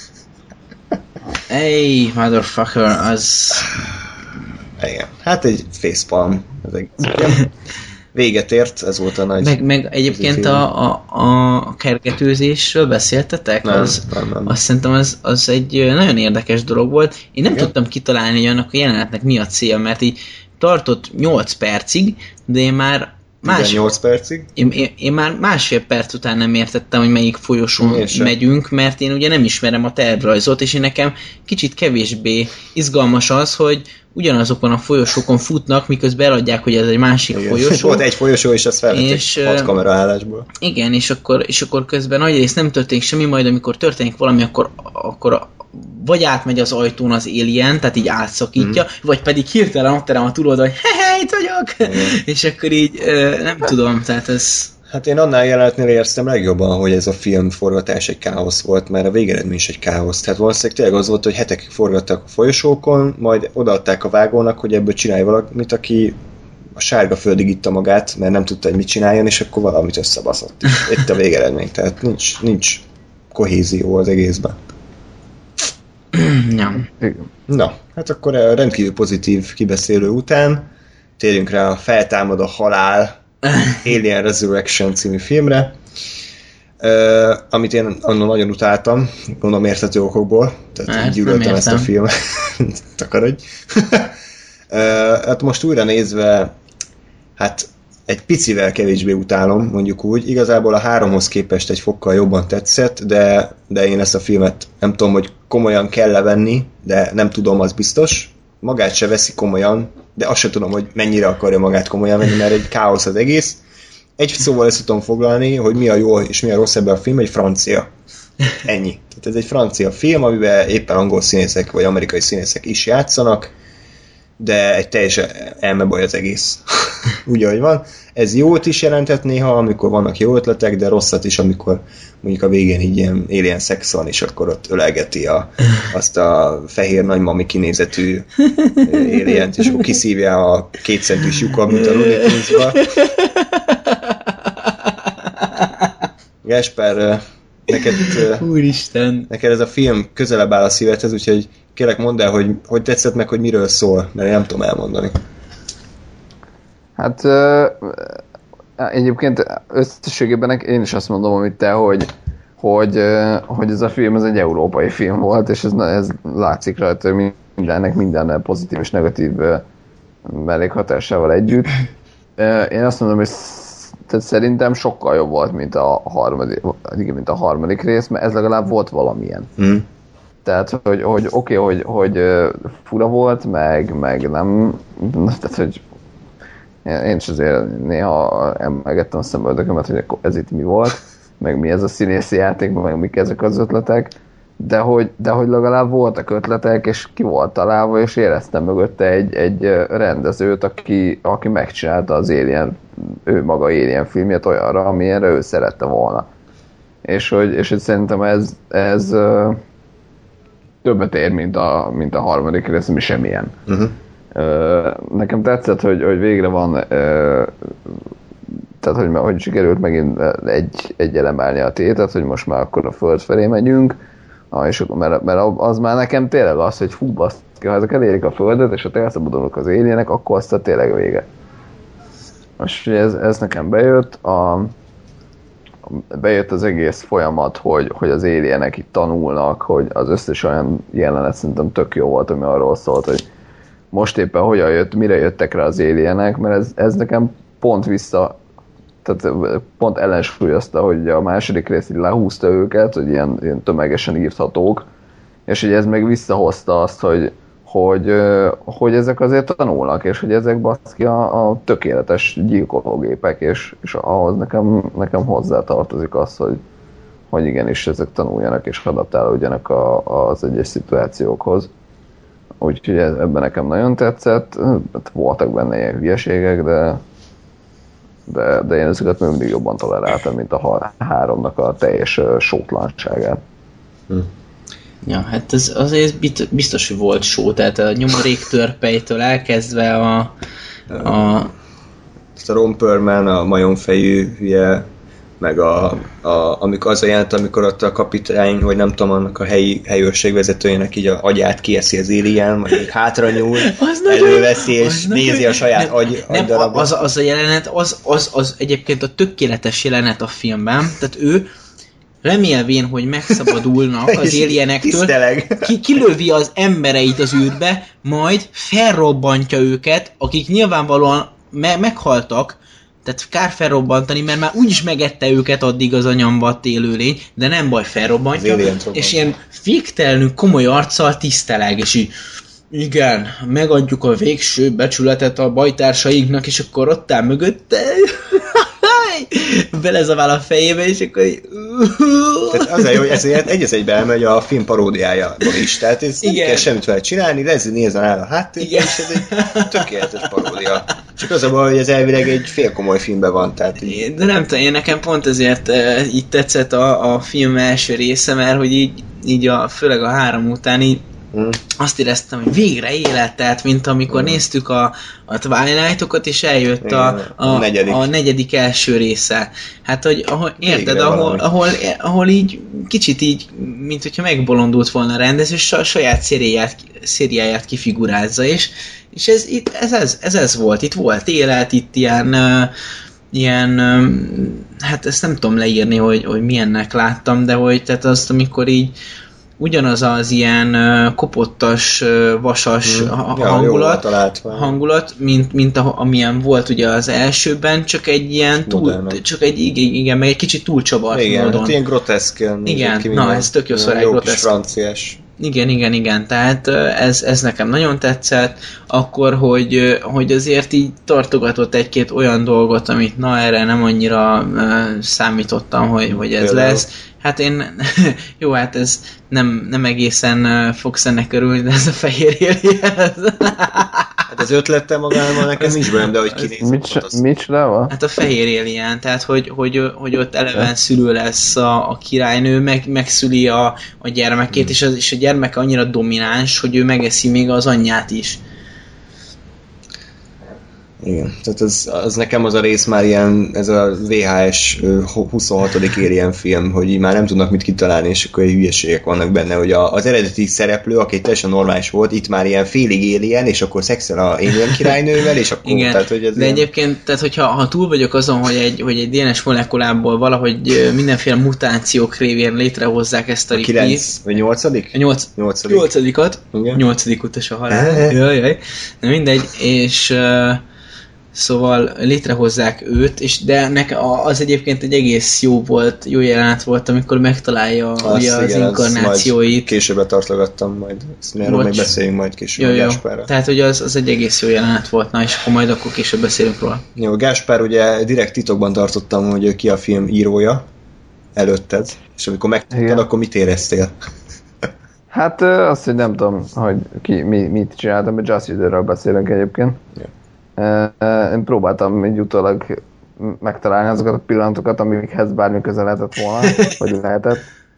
Hey, motherfucker, az... Igen. Hát egy facepalm. Véget ért, ez volt a nagy... Meg, meg egyébként a, a, a kergetőzésről beszéltetek? Nem, az, nem, nem. Azt szerintem az, az egy nagyon érdekes dolog volt. Én nem Igen? tudtam kitalálni, hogy annak a jelenetnek mi a célja, mert így tartott nyolc percig, de én már más... nyolc percig? Én, én, én már másfél perc után nem értettem, hogy melyik folyosón megyünk, mert én ugye nem ismerem a tervrajzot, és én nekem kicsit kevésbé izgalmas az, hogy ugyanazokon a folyosókon futnak, miközben eladják, hogy ez egy másik igen. folyosó. Volt egy folyosó, és azt felvették hat kameraállásból. Igen, és akkor, és akkor közben nagyrészt nem történik semmi, majd amikor történik valami, akkor, akkor vagy átmegy az ajtón az alien, tehát így átszakítja, mm. vagy pedig hirtelen ott terem a túloldal, hogy he itt vagyok! Mm. És akkor így nem tudom, tehát ez... Hát én annál jelenetnél éreztem legjobban, hogy ez a film forgatás egy káosz volt, mert a végeredmény is egy káosz. Tehát valószínűleg tényleg az volt, hogy hetekig forgattak a folyosókon, majd odaadták a vágónak, hogy ebből csinálj valamit, aki a sárga földig itta magát, mert nem tudta, hogy mit csináljon, és akkor valamit összebaszott. Itt a végeredmény, tehát nincs, nincs kohézió az egészben. Ja. Na, hát akkor a rendkívül pozitív kibeszélő után térjünk rá a Feltámad a halál Alien Resurrection című filmre, uh, amit én annak nagyon utáltam, gondolom érthető okokból, tehát hát, gyűlöltem ezt a filmet. Takarodj. uh, hát most újra nézve, hát egy picivel kevésbé utálom, mondjuk úgy. Igazából a háromhoz képest egy fokkal jobban tetszett, de, de én ezt a filmet nem tudom, hogy komolyan kell venni, de nem tudom, az biztos. Magát se veszi komolyan, de azt sem tudom, hogy mennyire akarja magát komolyan venni, mert egy káosz az egész. Egy szóval ezt tudom foglalni, hogy mi a jó és mi a rossz ebben a film, egy francia. Ennyi. Tehát ez egy francia film, amiben éppen angol színészek vagy amerikai színészek is játszanak, de egy teljesen elmebaj az egész. Úgy, ahogy van. Ez jót is jelentett néha, amikor vannak jó ötletek, de rosszat is, amikor mondjuk a végén így ilyen alien szex van, és akkor ott ölelgeti a, azt a fehér nagymami kinézetű alient, és akkor kiszívja a kétcentis lyukat, mint a Looney Tunes-ba. Gáspár, neked, Úristen. neked ez a film közelebb áll a szívedhez, úgyhogy kérlek mondd el, hogy, hogy tetszett meg, hogy miről szól, mert én nem tudom elmondani. Hát uh, egyébként összességében én is azt mondom, amit te, hogy, hogy, uh, hogy ez a film ez egy európai film volt, és ez, ez látszik rajta, hogy mindennek minden pozitív és negatív uh, mellékhatásával együtt. Uh, én azt mondom, hogy tehát szerintem sokkal jobb volt, mint a harmadik, mint a harmadik rész, mert ez legalább volt valamilyen. Mm. Tehát, hogy, hogy oké, okay, hogy, hogy fura volt, meg, meg nem, tehát, hogy én is azért néha emelgettem a szemöldökömet, hogy ez itt mi volt, meg mi ez a színészi játék, meg mik ezek az ötletek, de hogy, de hogy legalább voltak ötletek, és ki volt találva, és éreztem mögötte egy, egy rendezőt, aki, aki megcsinálta az Alien, ő maga Alien filmjét olyanra, amilyenre ő szerette volna. És hogy, és hogy szerintem ez, ez többet ér, mint a, mint a harmadik rész, ami semmilyen. Uh-huh. Nekem tetszett, hogy, hogy végre van, tehát hogy, hogy sikerült megint egy, egy elemelni a tétet, hogy most már akkor a föld felé megyünk, és akkor, mert, mert az már nekem tényleg az, hogy fú, baszki, ha ezek elérik a földet, és ott elszabadulnak az alienek, akkor aztán tényleg vége. Most ez, ez nekem bejött, a, bejött az egész folyamat, hogy, hogy az alienek itt tanulnak, hogy az összes olyan jelenet szerintem tök jó volt, ami arról szólt, hogy most éppen hogyan jött, mire jöttek rá az alienek, mert ez, ez nekem pont vissza, tehát pont ellensúlyozta, hogy a második rész így lehúzta őket, hogy ilyen, ilyen tömegesen írthatók, és hogy ez meg visszahozta azt, hogy, hogy, hogy ezek azért tanulnak, és hogy ezek baszki a, a tökéletes gyilkológépek, és, és ahhoz nekem, nekem hozzátartozik az, hogy, hogy igenis ezek tanuljanak és adaptálódjanak a, az egyes szituációkhoz. Úgyhogy ebben nekem nagyon tetszett, voltak benne ilyen hülyeségek, de de, de én ezeket mindig jobban toleráltam, mint a háromnak a teljes sótlanságát. Hm. Ja, hát ez azért biztos, hogy volt só, tehát a nyomoréktörpejtől elkezdve a... a... Ezt a Ron Perlman, a majomfejű hülye, meg a, a, amikor az a jelent, amikor ott a kapitány, vagy nem tudom, annak a helyi helyőrségvezetőjének így a agyát kieszi az Alien, majd így hátra nyúl, előveszi és nézi nagyon, a saját nem, agy, nem, agydarabot. Az, az a jelenet, az, az, az egyébként a tökéletes jelenet a filmben, tehát ő remélvén, hogy megszabadulnak az alienektől, ki, kilövi az embereit az űrbe, majd felrobbantja őket, akik nyilvánvalóan me- meghaltak, tehát kár felrobbantani, mert már úgyis megette őket addig az anyamvatt élőlény, de nem baj, felrobbantja, és ilyen végtelenül komoly arccal tiszteleg, és így igen, megadjuk a végső becsületet a bajtársainknak, és akkor ott áll mögötte, belezavál a fejébe, és akkor így... Tehát azért, hogy ezért egy az egyben elmegy a film paródiájába is, tehát ez nem kell semmit vele csinálni, Leslie Nielsen áll a háttérben, és ez egy tökéletes paródia. Csak az a baj, hogy ez elvileg egy félkomoly filmben van, tehát így... De nem tudom, én nekem pont ezért uh, így tetszett a, a film első része, mert hogy így, így a, főleg a három után így Hmm. azt éreztem, hogy végre élet, tehát mint amikor hmm. néztük a, a Twilight-okat, és eljött a, a, a, negyedik. a negyedik első része. Hát, hogy ahol, érted, ahol, ahol, ahol így kicsit így, mint hogyha megbolondult volna a rendező, és a saját szériáját, szériáját kifigurázza, és, és ez, itt, ez, ez, ez, ez volt, itt volt élet, itt ilyen... Uh, ilyen, hát ezt nem tudom leírni, hogy, hogy milyennek láttam, de hogy tehát azt, amikor így ugyanaz az ilyen uh, kopottas, uh, vasas hmm. ja, hangulat, hangulat mint, mint a, amilyen volt ugye az elsőben, csak egy ilyen túl, csak egy, igen, igen, meg egy kicsit túlcsavart igen, módon. Hát ilyen groteszken. Igen, ki, na ez tök jó szó, egy groteszk. Franciás. Igen, igen, igen, tehát ez, ez nekem nagyon tetszett, akkor, hogy, hogy azért így tartogatott egy-két olyan dolgot, amit na erre nem annyira uh, számítottam, hogy, hogy ez Például. lesz. Hát én, jó, hát ez nem, nem egészen fogsz ennek örülni, de ez a fehér alien. Hát az ötlete magában nekem nincs benne, de hogy kinézem. Mit, mit csinálva? Hát a fehér alien, tehát hogy, hogy, hogy ott eleven szülő lesz a, a királynő, meg, megszüli a, a gyermekét, hmm. és, az, és a gyermek annyira domináns, hogy ő megeszi még az anyját is. Igen, tehát az, az nekem az a rész már ilyen, ez a vé há es huszonhatodik Alien film, hogy így már nem tudnak mit kitalálni, és akkor hülyeségek vannak benne, hogy a, az eredeti szereplő, aki teljesen normális volt, itt már ilyen félig alien, és akkor szexel a alien királynővel, és akkor... Igen, tehát, hogy ez de ilyen... egyébként, tehát hogyha ha túl vagyok azon, hogy egy, hogy egy dé en es molekulából valahogy mindenféle mutációk révén létrehozzák ezt a, a ripit. kilenc vagy nyolcadik? A nyolc, nyolcadik. nyolcadikat. Igen. Nyolcadik utas a halál. Jaj, jaj. Na mindegy, és... Uh, Szóval létrehozzák őt, és de nek az egyébként egy egész jó volt, jó jelenet volt, amikor megtalálja azt, ugye, az igen, inkarnációit. Később tartogattam majd, ezt erről még beszéljünk majd később jó, a Gáspárra. Tehát ugye az, az egy egész jó jelenet volt, na és akkor majd akkor később beszélünk róla. Jó, Gáspár ugye direkt titokban tartottam, hogy ki a film írója előtted, és amikor megtudtad, akkor mit éreztél? Hát azt, hogy nem tudom, hogy ki, mi, mit csináltam, mert Just Whedonről beszélünk egyébként. Ja. Én próbáltam így utólag megtalálni azokat a pillanatokat, amikhez bármi közel lehetett volna, vagy lehetett.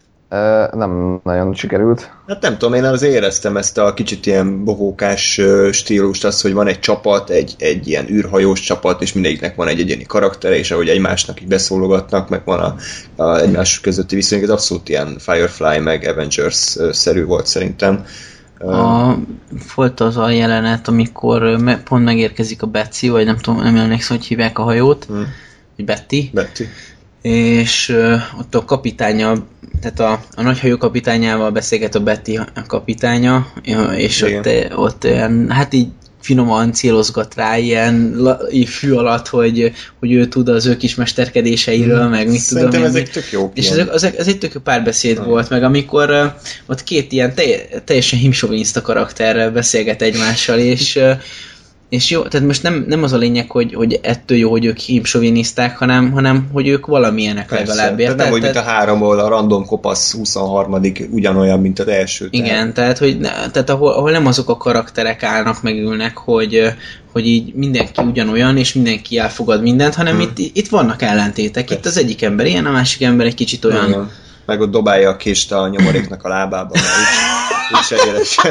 Nem nagyon sikerült. Hát nem tudom, én azért éreztem ezt a kicsit ilyen bohókás stílust, azt, hogy van egy csapat, egy, egy ilyen űrhajós csapat, és mindegyiknek van egy egyéni karaktere, és ahogy egymásnak így beszólogatnak, meg van a, a egymás közötti viszonyok, ez abszolút ilyen Firefly, meg Avengers-szerű volt szerintem. A, volt az a jelenet, amikor me, pont megérkezik a Betsy, vagy nem tudom, nem emlékszem, hogy hívják a hajót, hmm. hogy Betty. Betty. És uh, ott a kapitánya, tehát a, a nagyhajó kapitányával beszélget a Betty a kapitánya, és ott, ott olyan, hát így finoman célozgat rá ilyen la, így fű alatt, hogy, hogy ő tud az ő kis mesterkedéseiről, hmm. meg mit Szerintem tudom én. Ezek tök jó. És ezek, ezek, ez egy tök jó párbeszéd hmm. volt, meg amikor uh, ott két ilyen telj, teljesen himsoviniszta karakterrel beszélget egymással, és uh, És jó, tehát most nem, nem az a lényeg, hogy, hogy ettől jó, hogy ők hímsoviniszták, hanem, hanem hogy ők valamilyenek Persze, legalább. Tehát nem, hogy mint a három, ahol a random kopasz huszonharmadik ugyanolyan, mint az első. Igen, tehát, tehát, hogy, tehát ahol, ahol nem azok a karakterek állnak meg ülnek, hogy, hogy így mindenki ugyanolyan, és mindenki elfogad mindent, hanem hmm. itt, itt vannak ellentétek. Persze. Itt az egyik ember ilyen, a másik ember egy kicsit olyan... Igen. Meg ott dobálja a kést a nyomoréknak a lábába, mert úgy, úgy se érezse.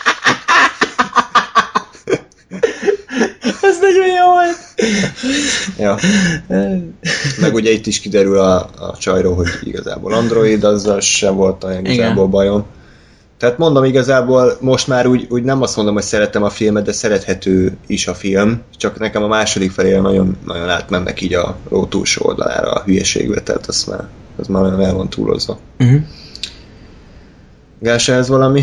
Ez nagyon jó volt. Ja. Meg ugye itt is kiderül a, a csajról, hogy igazából android, azzal sem volt olyan igazából bajom. Tehát mondom, igazából most már úgy, úgy nem azt mondom, hogy szeretem a filmet, de szerethető is a film, csak nekem a második felére nagyon, nagyon átmennek így a ró túlsó oldalára a hülyeségbe, tehát azt már, az már nagyon el van túlozva. Uh-huh. Gása, ez valami?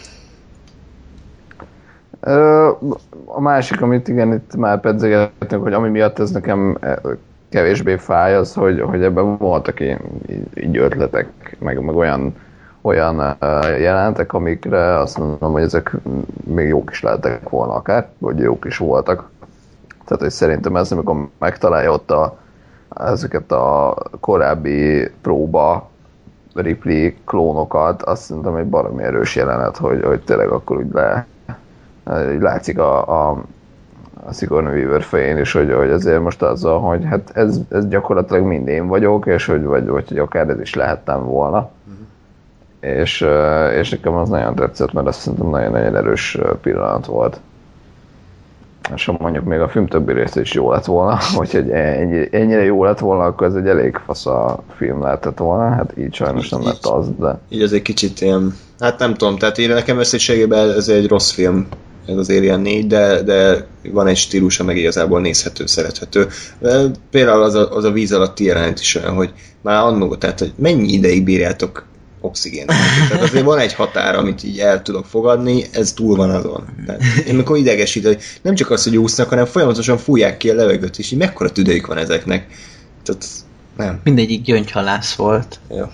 A másik, amit igen, itt már pedzegetünk, hogy ami miatt ez nekem kevésbé fáj, az, hogy, hogy ebben voltak így, így ötletek, meg, meg olyan, olyan jelentek, amikre azt mondom, hogy ezek még jók is lehettek volna akár, vagy jók is voltak. Tehát, hogy szerintem ez, amikor megtalálja ott a, ezeket a korábbi próba Ripley klónokat, azt szerintem egy baromi erős jelenet, hogy, hogy tényleg akkor úgy le látszik a, a, a Sigourney Weaver fején is, hogy, hogy azért most azzal, hogy hát ez, ez gyakorlatilag mind én vagyok, és hogy, vagy, vagy hogy akár ez is lehettem volna. Uh-huh. És, és nekem az nagyon tetszett, mert azt szerintem nagyon-nagyon erős pillanat volt. És ha mondjuk még a film többi része is jó lett volna, hogy ennyi, ennyire jó lett volna, akkor ez egy elég fasz a film lehetett volna, hát így sajnos nem lett az, de... Így az egy kicsit ilyen, hát nem tudom, tehát én nekem összességében ez egy rossz film, ez az Alien négy, de, de van egy stílusa, meg igazából nézhető, szerethető. Például az a, az a víz alatti jelenet is olyan, hogy már annól, tehát hogy mennyi ideig bírjátok oxigén. Tehát azért van egy határ, amit így el tudok fogadni, ez túl van azon. Tehát, én amikor idegesít, hogy nem csak az, hogy úsznak, hanem folyamatosan fújják ki a levegőt, és így mekkora tüdejük van ezeknek. Tehát nem. Mindegyik gyöngyhalász volt. Jó.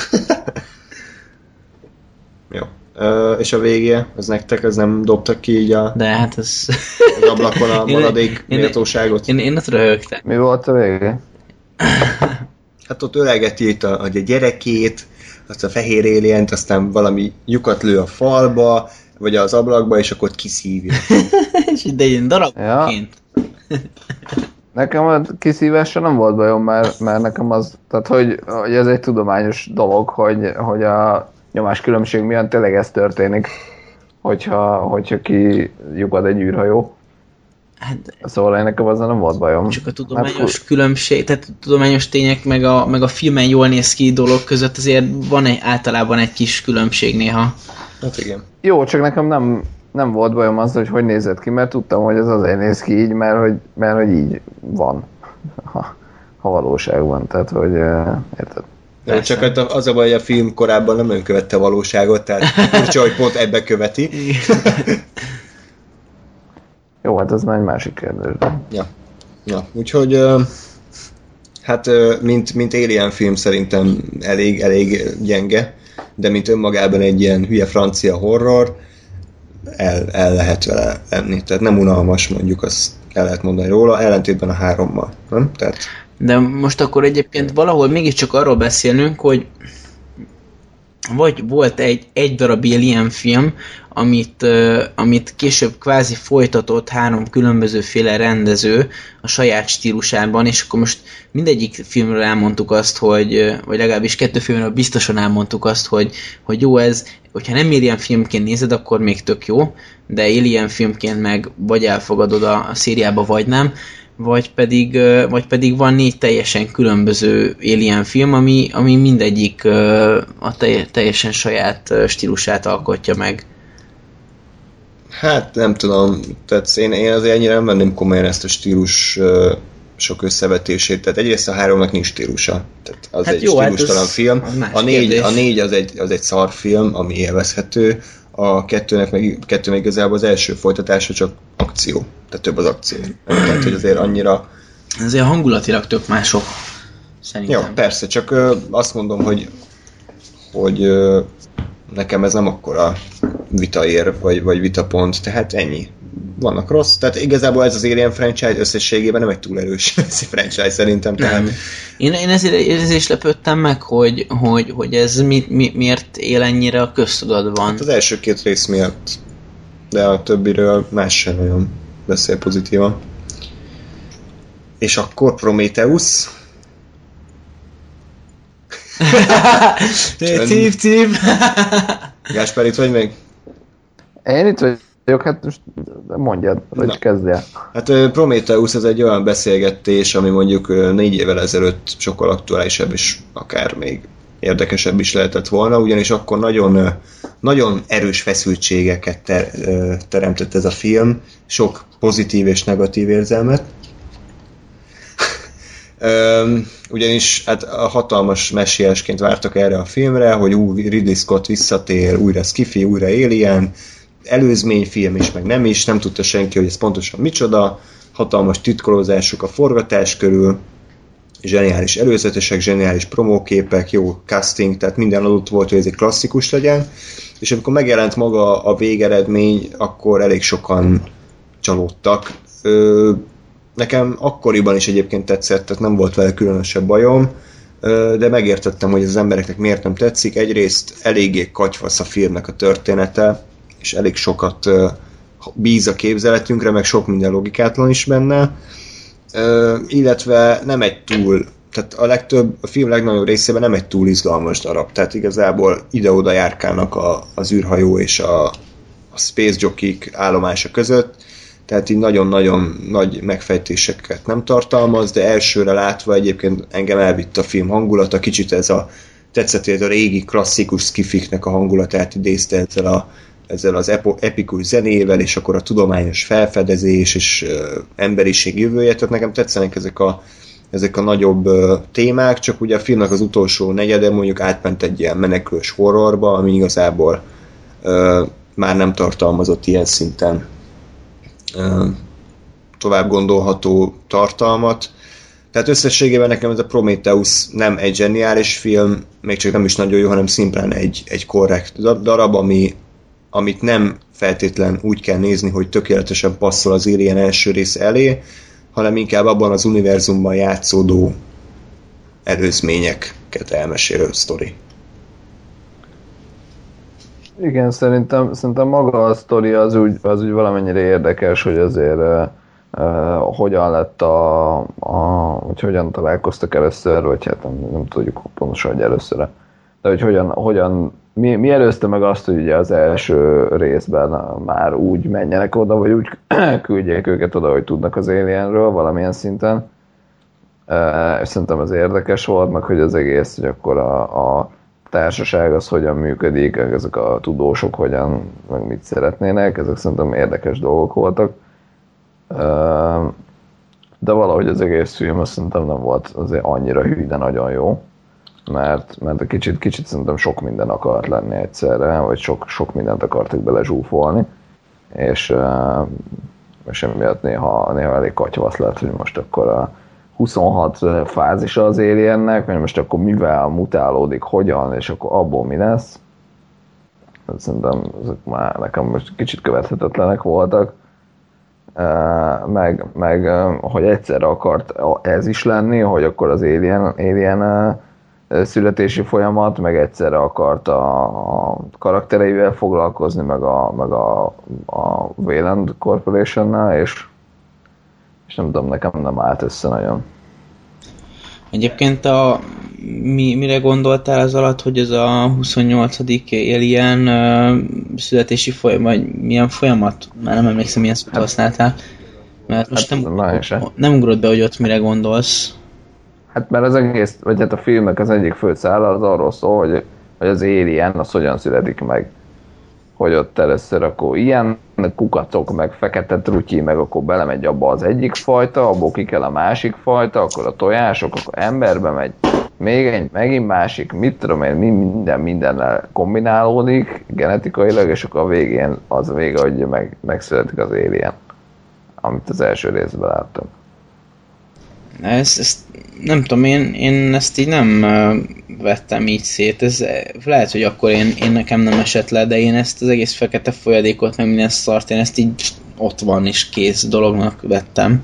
Jó. Uh, és a végé, az nektek, ez nem dobtak ki így a... De hát ez... az ablakon a maradék méltóságot? Én, én, én ott röhögtem. Mi volt a végé? Hát ott ölegeti itt a, a gyerekét, azt a fehér alient, aztán valami lyukat lő a falba, vagy az ablakba, és akkor kiszívja. És ide ilyen darabként. Ja. Nekem a kiszívásra nem volt bajom, mert, mert nekem az, tehát hogy, hogy ez egy tudományos dolog, hogy, hogy a nyomáskülönbség miatt tényleg ez történik, hogyha, hogyha ki lyukad egy űrhajó. Hát, szóval én nekem azzal nem volt bajom. Csak a tudományos hát, különbség, tehát a tudományos tények meg a, meg a filmen jól néz ki dolog között azért van egy, általában egy kis különbség néha. Hát igen. Jó, csak nekem nem, nem volt bajom azzal, hogy hogy nézett ki, mert tudtam, hogy ez azért néz ki így, mert hogy, mert, hogy így van, ha, ha valóságban, tehát hogy érted. Nem, csak az a baj, hogy a film korábban nem nagyon követte a valóságot, tehát furcsa, hogy pont ebbe követi. Jó, hát ez már egy másik kérdés. De... Ja. Ja, úgyhogy hát mint, mint Alien film szerintem elég, elég gyenge, de mint önmagában egy ilyen hülye francia horror, el, el lehet vele lenni. Tehát nem unalmas, mondjuk, azt el lehet mondani róla, ellentétben a hárommal. Nem? Tehát... De most akkor egyébként valahol mégiscsak arról beszélnünk, hogy vagy volt egy, egy darab Alien film, amit, uh, amit később kvázi folytatott három különbözőféle rendező a saját stílusában, és akkor most mindegyik filmről elmondtuk azt, hogy, vagy legalábbis kettő filmről biztosan elmondtuk azt, hogy, hogy jó ez, hogyha nem Alien filmként nézed, akkor még tök jó, de Alien filmként meg vagy elfogadod a, a szériába, vagy nem, vagy pedig, vagy pedig van négy teljesen különböző Alien film, ami, ami mindegyik a teljesen saját stílusát alkotja meg. Hát nem tudom, tehát én, én azért ennyire nem venném komolyan ezt a stílus uh, sok összevetését, tehát egyrészt a háromnak nincs stílusa, tehát az hát egy jó, stílustalan hát film, a négy, a négy az egy, az egy szar film, ami élvezhető, a kettőnek meg, kettő meg igazából az első folytatása csak akció, tehát több az akció, tehát hogy azért annyira... Azért hangulatilag tök mások, szerintem. Ja, persze, csak uh, azt mondom, hogy hogy uh, nekem ez nem akkora vitaér, vagy, vagy vitapont, tehát ennyi. vannak rossz, tehát igazából ez az Alien franchise összességében nem egy túl erős franchise szerintem. Tehát... Nem. Én, én ezért, ezért is lepődtem meg, hogy, hogy, hogy ez mi, mi, miért él ennyire a köztudatban. Hát az első két rész miatt, de a többiről más sem nagyon beszél pozitívan. És akkor Prometheus. Cíp, cíp. Gáspár, itt vagy még? Én itt vagyok, hát most mondjad, hogy Na. kezdj el. Hát Prometheus az egy olyan beszélgetés, ami mondjuk négy évvel ezelőtt sokkal aktuálisabb, és akár még érdekesebb is lehetett volna, ugyanis akkor nagyon, nagyon erős feszültségeket ter, teremtett ez a film, sok pozitív és negatív érzelmet. Ugyanis hát a hatalmas messiásként vártak erre a filmre, hogy új Ridley Scott visszatér, újra Skiffy, újra Alien, előzményfilm is, meg nem is, nem tudta senki, hogy ez pontosan micsoda, hatalmas titkolózások a forgatás körül, zseniális előzetesek, zseniális promóképek, jó casting, tehát minden adott volt, hogy ez egy klasszikus legyen, és amikor megjelent maga a végeredmény, akkor elég sokan csalódtak. Ö, nekem akkoriban is egyébként tetszett, tehát nem volt vele különösebb bajom, ö, de megértettem, hogy az embereknek miért nem tetszik. Egyrészt eléggé katyvasz a filmnek a története, és elég sokat ö, bíz a képzeletünkre, meg sok minden logikátlan is benne, ö, illetve nem egy túl, tehát a legtöbb, a film legnagyobb részében nem egy túl izgalmas darab, tehát igazából ide-oda járkálnak a, az űrhajó és a, a Space Jockey állomása között, tehát így nagyon-nagyon nagy megfejtéseket nem tartalmaz, de elsőre látva egyébként engem elvitt a film hangulata, kicsit ez a tetszett, ez a régi klasszikus skifiknek a hangulatát idézte ezzel, a, ezzel az epo, epikus zenével, és akkor a tudományos felfedezés és uh, emberiség jövője, tehát nekem tetszenek ezek a, ezek a nagyobb uh, témák, csak ugye a filmnek az utolsó negyede mondjuk átment egy ilyen menekülős horrorba, ami igazából uh, már nem tartalmazott ilyen szinten tovább gondolható tartalmat. Tehát összességében nekem ez a Prometheus nem egy zseniális film, még csak nem is nagyon jó, hanem szimplán egy, egy korrekt darab, ami, amit nem feltétlen úgy kell nézni, hogy tökéletesen passzol az Alien első rész elé, hanem inkább abban az univerzumban játszódó előzményeket elmesélő sztori. Igen, szerintem, szerintem maga a sztori az úgy, az úgy valamennyire érdekes, hogy azért uh, uh, hogyan lett a, a, hogy hogyan találkoztak először, vagy hát nem, nem tudjuk pontosan, hogy először, de hogy hogyan, hogyan mi, mi előzte meg azt, hogy ugye az első részben már úgy menjenek oda, vagy úgy küldjék őket oda, hogy tudnak az Alienről valamilyen szinten. Uh, és szerintem ez érdekes volt, meg hogy az egész, hogy akkor a, a társaság az hogyan működik, ezek a tudósok hogyan, meg mit szeretnének, ezek szerintem érdekes dolgok voltak. De valahogy az egész film azt szerintem nem volt azért annyira hű, de nagyon jó, mert, mert egy kicsit, kicsit szerintem sok minden akart lenni egyszerre, vagy sok, sok mindent akartak bele zsúfolni, és, és emiatt néha, néha elég katyvasz lett, hogy most akkor a huszonhat fázisa az Aliennek, hogy most akkor mivel mutálódik, hogyan, és akkor abból mi lesz. Szerintem ezek már nekem most kicsit követhetetlenek voltak. Meg, meg hogy egyszerre akart ez is lenni, hogy akkor az Alien, Alien születési folyamat, meg egyszerre akart a, a karaktereivel foglalkozni, meg a, meg a, a Wayland Corporationnal, és és nem tudom, nekem nem állt össze nagyon. Egyébként a, mi, mire gondoltál az alatt, hogy ez a huszonnyolcadik Alien uh, születési folyamat, vagy milyen folyamat? Már nem emlékszem, milyen szót használtál. Mert most hát nem, nem ugrott be, hogy ott mire gondolsz. Hát mert az egész, vagy hát a filmnek az egyik fő szála az arról szól, hogy, hogy az Alien az hogyan születik meg. Hogy ott először akkor ilyen kukatok, meg fekete trutyi, meg akkor belemegy abba az egyik fajta, abból ki kell a másik fajta, akkor a tojások, akkor emberbe megy, még egy, megint másik, mit tudom én, minden mindennel kombinálódik genetikailag, és akkor a végén az vége, hogy meg, megszületik az Alien, amit az első részben láttam. Ezt, ezt nem tudom, én, én ezt így nem uh, vettem így szét, ez lehet, hogy akkor én, én nekem nem esett le, de én ezt az egész fekete folyadékot, meg minden szart, én ezt így ott van és kész dolognak vettem.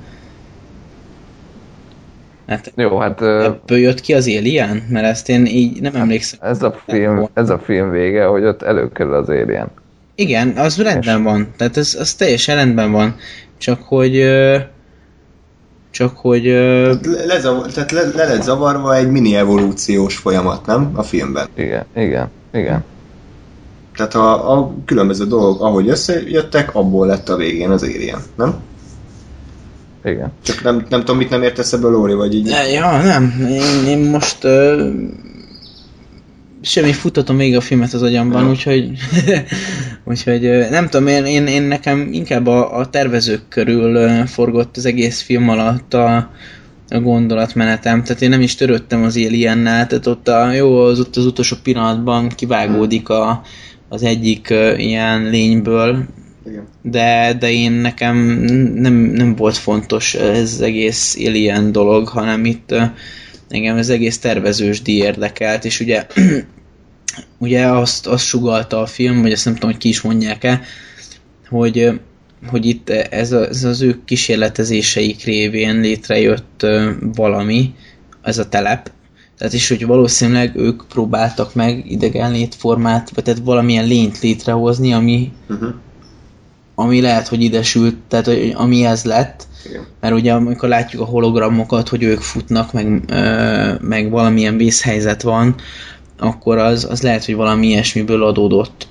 Hát jó, hát... Ebből jött ki az Alien? Mert ezt én így nem emlékszem. Ez a film, ez a film vége, hogy ott előkerül az Alien. Igen, az rendben van. Tehát ez, az teljesen rendben van. Csak hogy... Csak hogy... Tehát, le, le, tehát le, le lett zavarva egy mini evolúciós folyamat, nem? A filmben. Igen, igen, igen. Tehát a, a különböző dolgok, ahogy összejöttek, abból lett a végén az Alien, nem? Igen. Csak nem, nem tudom, mit nem értesz ebből, Lóri, vagy így... Ja, nem. Én, én most... Uh, semmi futtatom még a filmet az agyamban, úgyhogy... úgyhogy uh, nem tudom, én, én, én nekem inkább a, a tervezők körül uh, forgott az egész film alatt a, a gondolatmenetem. Tehát én nem is törődtem az Aliennel, tehát ott a, jó, az, ott az utolsó pillanatban kivágódik a, az egyik uh, ilyen lényből, De, de én nekem nem, nem volt fontos ez az egész Alien dolog, hanem itt uh, engem az egész tervezősdi érdekelt, és ugye, ugye azt, azt sugallta a film, vagy azt nem tudom, hogy ki is mondják-e, hogy, hogy itt ez, a, ez az ő kísérletezéseik révén létrejött uh, valami, ez a telep, tehát is, hogy valószínűleg ők próbáltak meg idegen létformát, vagy tehát valamilyen lényt létrehozni, ami uh-huh. ami lehet, hogy ide sült, tehát ami ez lett, igen. Mert ugye amikor látjuk a hologramokat, hogy ők futnak, meg, ö, meg valamilyen vészhelyzet van, akkor az, az lehet, hogy valami ilyesmiből adódott.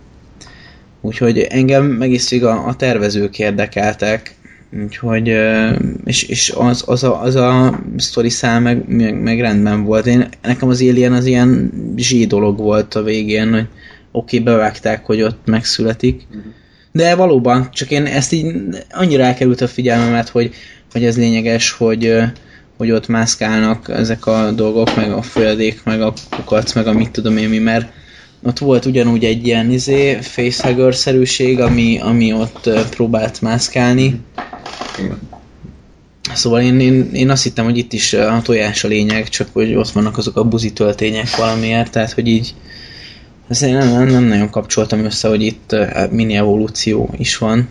Úgyhogy engem megisztig a, a tervezők érdekeltek, úgyhogy, ö, és, és az, az, a, az a sztori szám meg, meg, meg rendben volt. Én, nekem az Alien az ilyen zsí dolog volt a végén, hogy oké, okay, bevágták, hogy ott megszületik, uh-huh. De valóban, csak én ezt így annyira elkerült a figyelmemet, hogy, hogy ez lényeges, hogy, hogy ott mászkálnak ezek a dolgok, meg a folyadék, meg a kukac, meg a mit tudom én mi, mert ott volt ugyanúgy egy ilyen izé, facehugger-szerűség, ami, ami ott próbált mászkálni. Szóval én, én, én azt hittem, hogy itt is a tojás a lényeg, csak hogy ott vannak azok a buzi töltények valamiért, tehát hogy így ezt én nem, nem, nem nagyon kapcsoltam össze, hogy itt mini evolúció is van.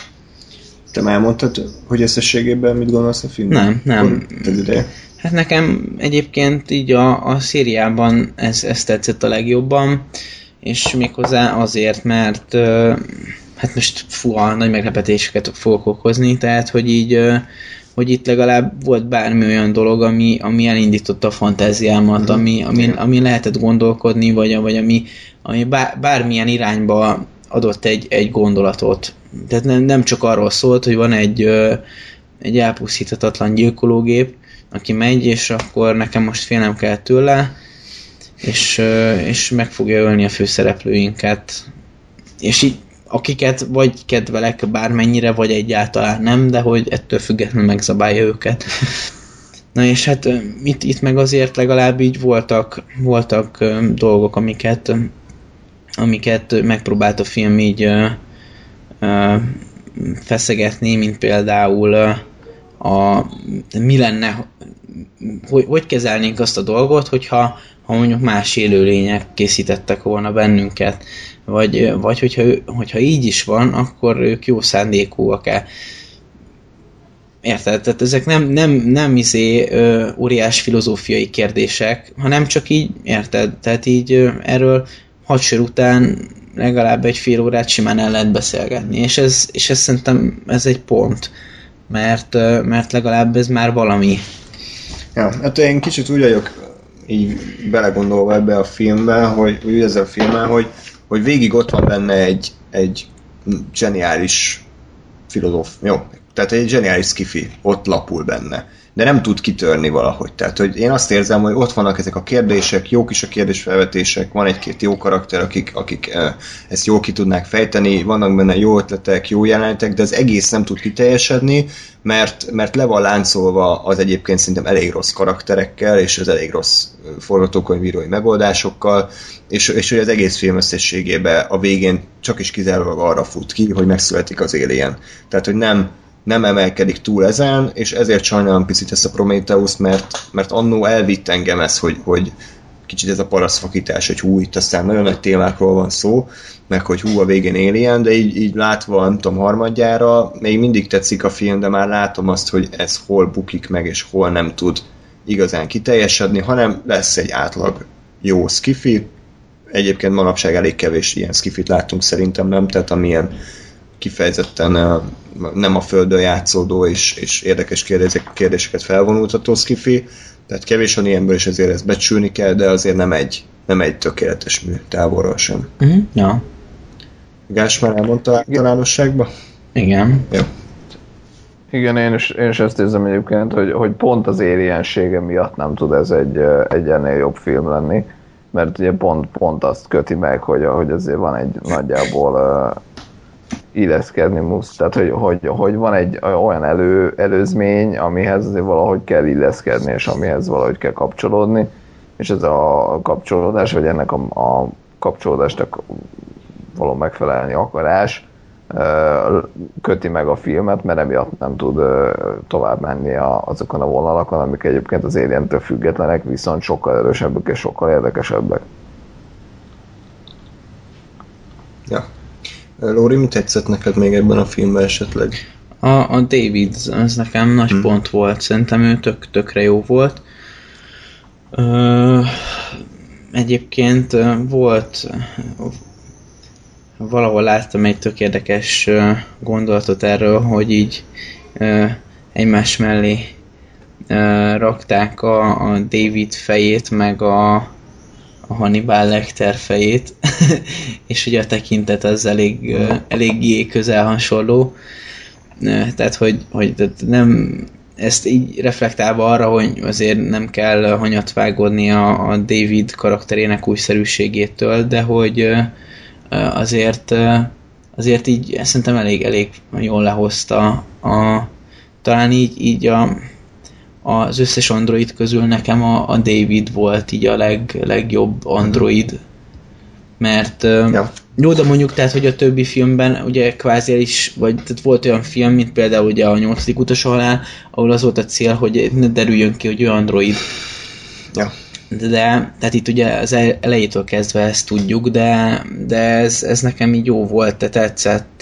Te már elmondtad, hogy összességében mit gondolsz a filmben? Nem, nem. Hát nekem egyébként így a, a szériában ez, ez tetszett a legjobban, és méghozzá azért, mert hát most fú, a nagy meglepetéseket fogok okozni, tehát hogy így hogy itt legalább volt bármi olyan dolog, ami, ami elindította a fantáziámat, ami, ami, ami lehetett gondolkodni, vagy, vagy ami, ami bármilyen irányba adott egy, egy gondolatot. Tehát nem, nem csak arról szólt, hogy van egy, egy elpusztíthatatlan gyilkológép, aki megy, és akkor nekem most félnem kell tőle, és, és meg fogja ölni a főszereplőinket. És így akiket vagy kedvelek bármennyire, vagy egyáltalán nem, de hogy ettől függetlenül megzabálja őket. Na és hát itt, itt meg azért legalább így voltak, voltak dolgok, amiket, amiket megpróbált a film így uh, uh, feszegetni, mint például uh, a mi lenne, hogy, hogy kezelnénk azt a dolgot, hogyha ha mondjuk más élőlények készítettek volna bennünket. Vagy, vagy hogyha, hogyha így is van, akkor ők jó szándékúak-e. Érted? Tehát ezek nem, nem, nem izé ö, óriás filozófiai kérdések, hanem csak így, érted? Tehát így ö, erről hadsor után legalább egy fél órát simán el lehet beszélgetni, és ez, és ez szerintem ez egy pont, mert, ö, mert legalább ez már valami. Ja, hát én kicsit úgy vagyok így belegondolva ebbe a filmbe, hogy úgy ezzel a filmmel, hogy hogy végig ott van benne egy, egy zseniális filozóf, jó, tehát egy zseniális skifi ott lapul benne, de nem tud kitörni valahogy. Tehát, hogy én azt érzem, hogy ott vannak ezek a kérdések, jók is a kérdésfelvetések, van egy-két jó karakter, akik, akik ezt jól ki tudnák fejteni, vannak benne jó ötletek, jó jelenetek, de az egész nem tud kiteljesedni, mert, mert le van láncolva az egyébként szerintem elég rossz karakterekkel, és az elég rossz forgatókönyvírói megoldásokkal, és, és hogy az egész film összességében a végén csak is kizárólag arra fut ki, hogy megszületik az Alien. Tehát, hogy nem nem emelkedik túl ezen, és ezért sajnálom picit ezt a Prometheus, mert, mert annó elvitt engem ez, hogy, hogy kicsit ez a parasztvakítás, hogy hú, itt aztán nagyon nagy témákról van szó, meg hogy hú, a végén Alien, de így, így látva, nem tudom, harmadjára, még mindig tetszik a film, de már látom azt, hogy ez hol bukik meg, és hol nem tud igazán kiteljesedni, hanem lesz egy átlag jó skifi. Egyébként manapság elég kevés ilyen skifit láttunk, szerintem nem, tehát amilyen kifejezetten nem a földön játszódó és, és érdekes kérdéseket felvonultató skifi, tehát kevés van ilyenből, és ezért ezt becsülni kell, de azért nem egy, nem egy tökéletes mű, távolról sem. Uh-huh. Ja. Gás már elmondta általánosságban? Igen. Jó. Igen, én is, én is ezt érzem egyébként, hogy, hogy pont az aliensége miatt nem tud ez egy, egy ennél jobb film lenni, mert ugye pont, pont azt köti meg, hogy, hogy azért van egy nagyjából uh, illeszkedni musz, tehát hogy, hogy, hogy van egy olyan elő, előzmény, amihez azért valahogy kell illeszkedni, és amihez valahogy kell kapcsolódni, és ez a kapcsolódás, vagy ennek a, a kapcsolódásnak való megfelelni akarás köti meg a filmet, mert emiatt nem tud tovább menni azokon a vonalakon, amik egyébként az Alientől függetlenek, viszont sokkal erősebbek és sokkal érdekesebbek. Ja. Lóri, mi tetszett neked még ebben a filmben esetleg? A, a David, az nekem nagy hmm. pont volt, szerintem ő tök, tökre jó volt. Ö, egyébként volt, valahol láttam egy tök érdekes gondolatot erről, hogy így egymás mellé rakták a, a David fejét, meg a, a Hannibal Lecter fejét, és ugye a tekintet az elég, eléggé közel hasonló. Tehát, hogy, hogy nem, ezt így reflektálva arra, hogy azért nem kell hanyatvágódni a, a David karakterének újszerűségétől, de hogy azért, azért így szerintem elég, elég jól lehozta a, talán így, így a, az összes android közül nekem a, a David volt így a leg, legjobb android, mert ja. Jó, de mondjuk tehát, hogy a többi filmben ugye kvázi el is, vagy tehát volt olyan film, mint például ugye a nyolcadik utas a halál, ahol az volt a cél, hogy ne derüljön ki, hogy ő android. Ja. De, tehát itt ugye az elejétől kezdve ezt tudjuk, de, de ez, ez nekem így jó volt, te tetszett.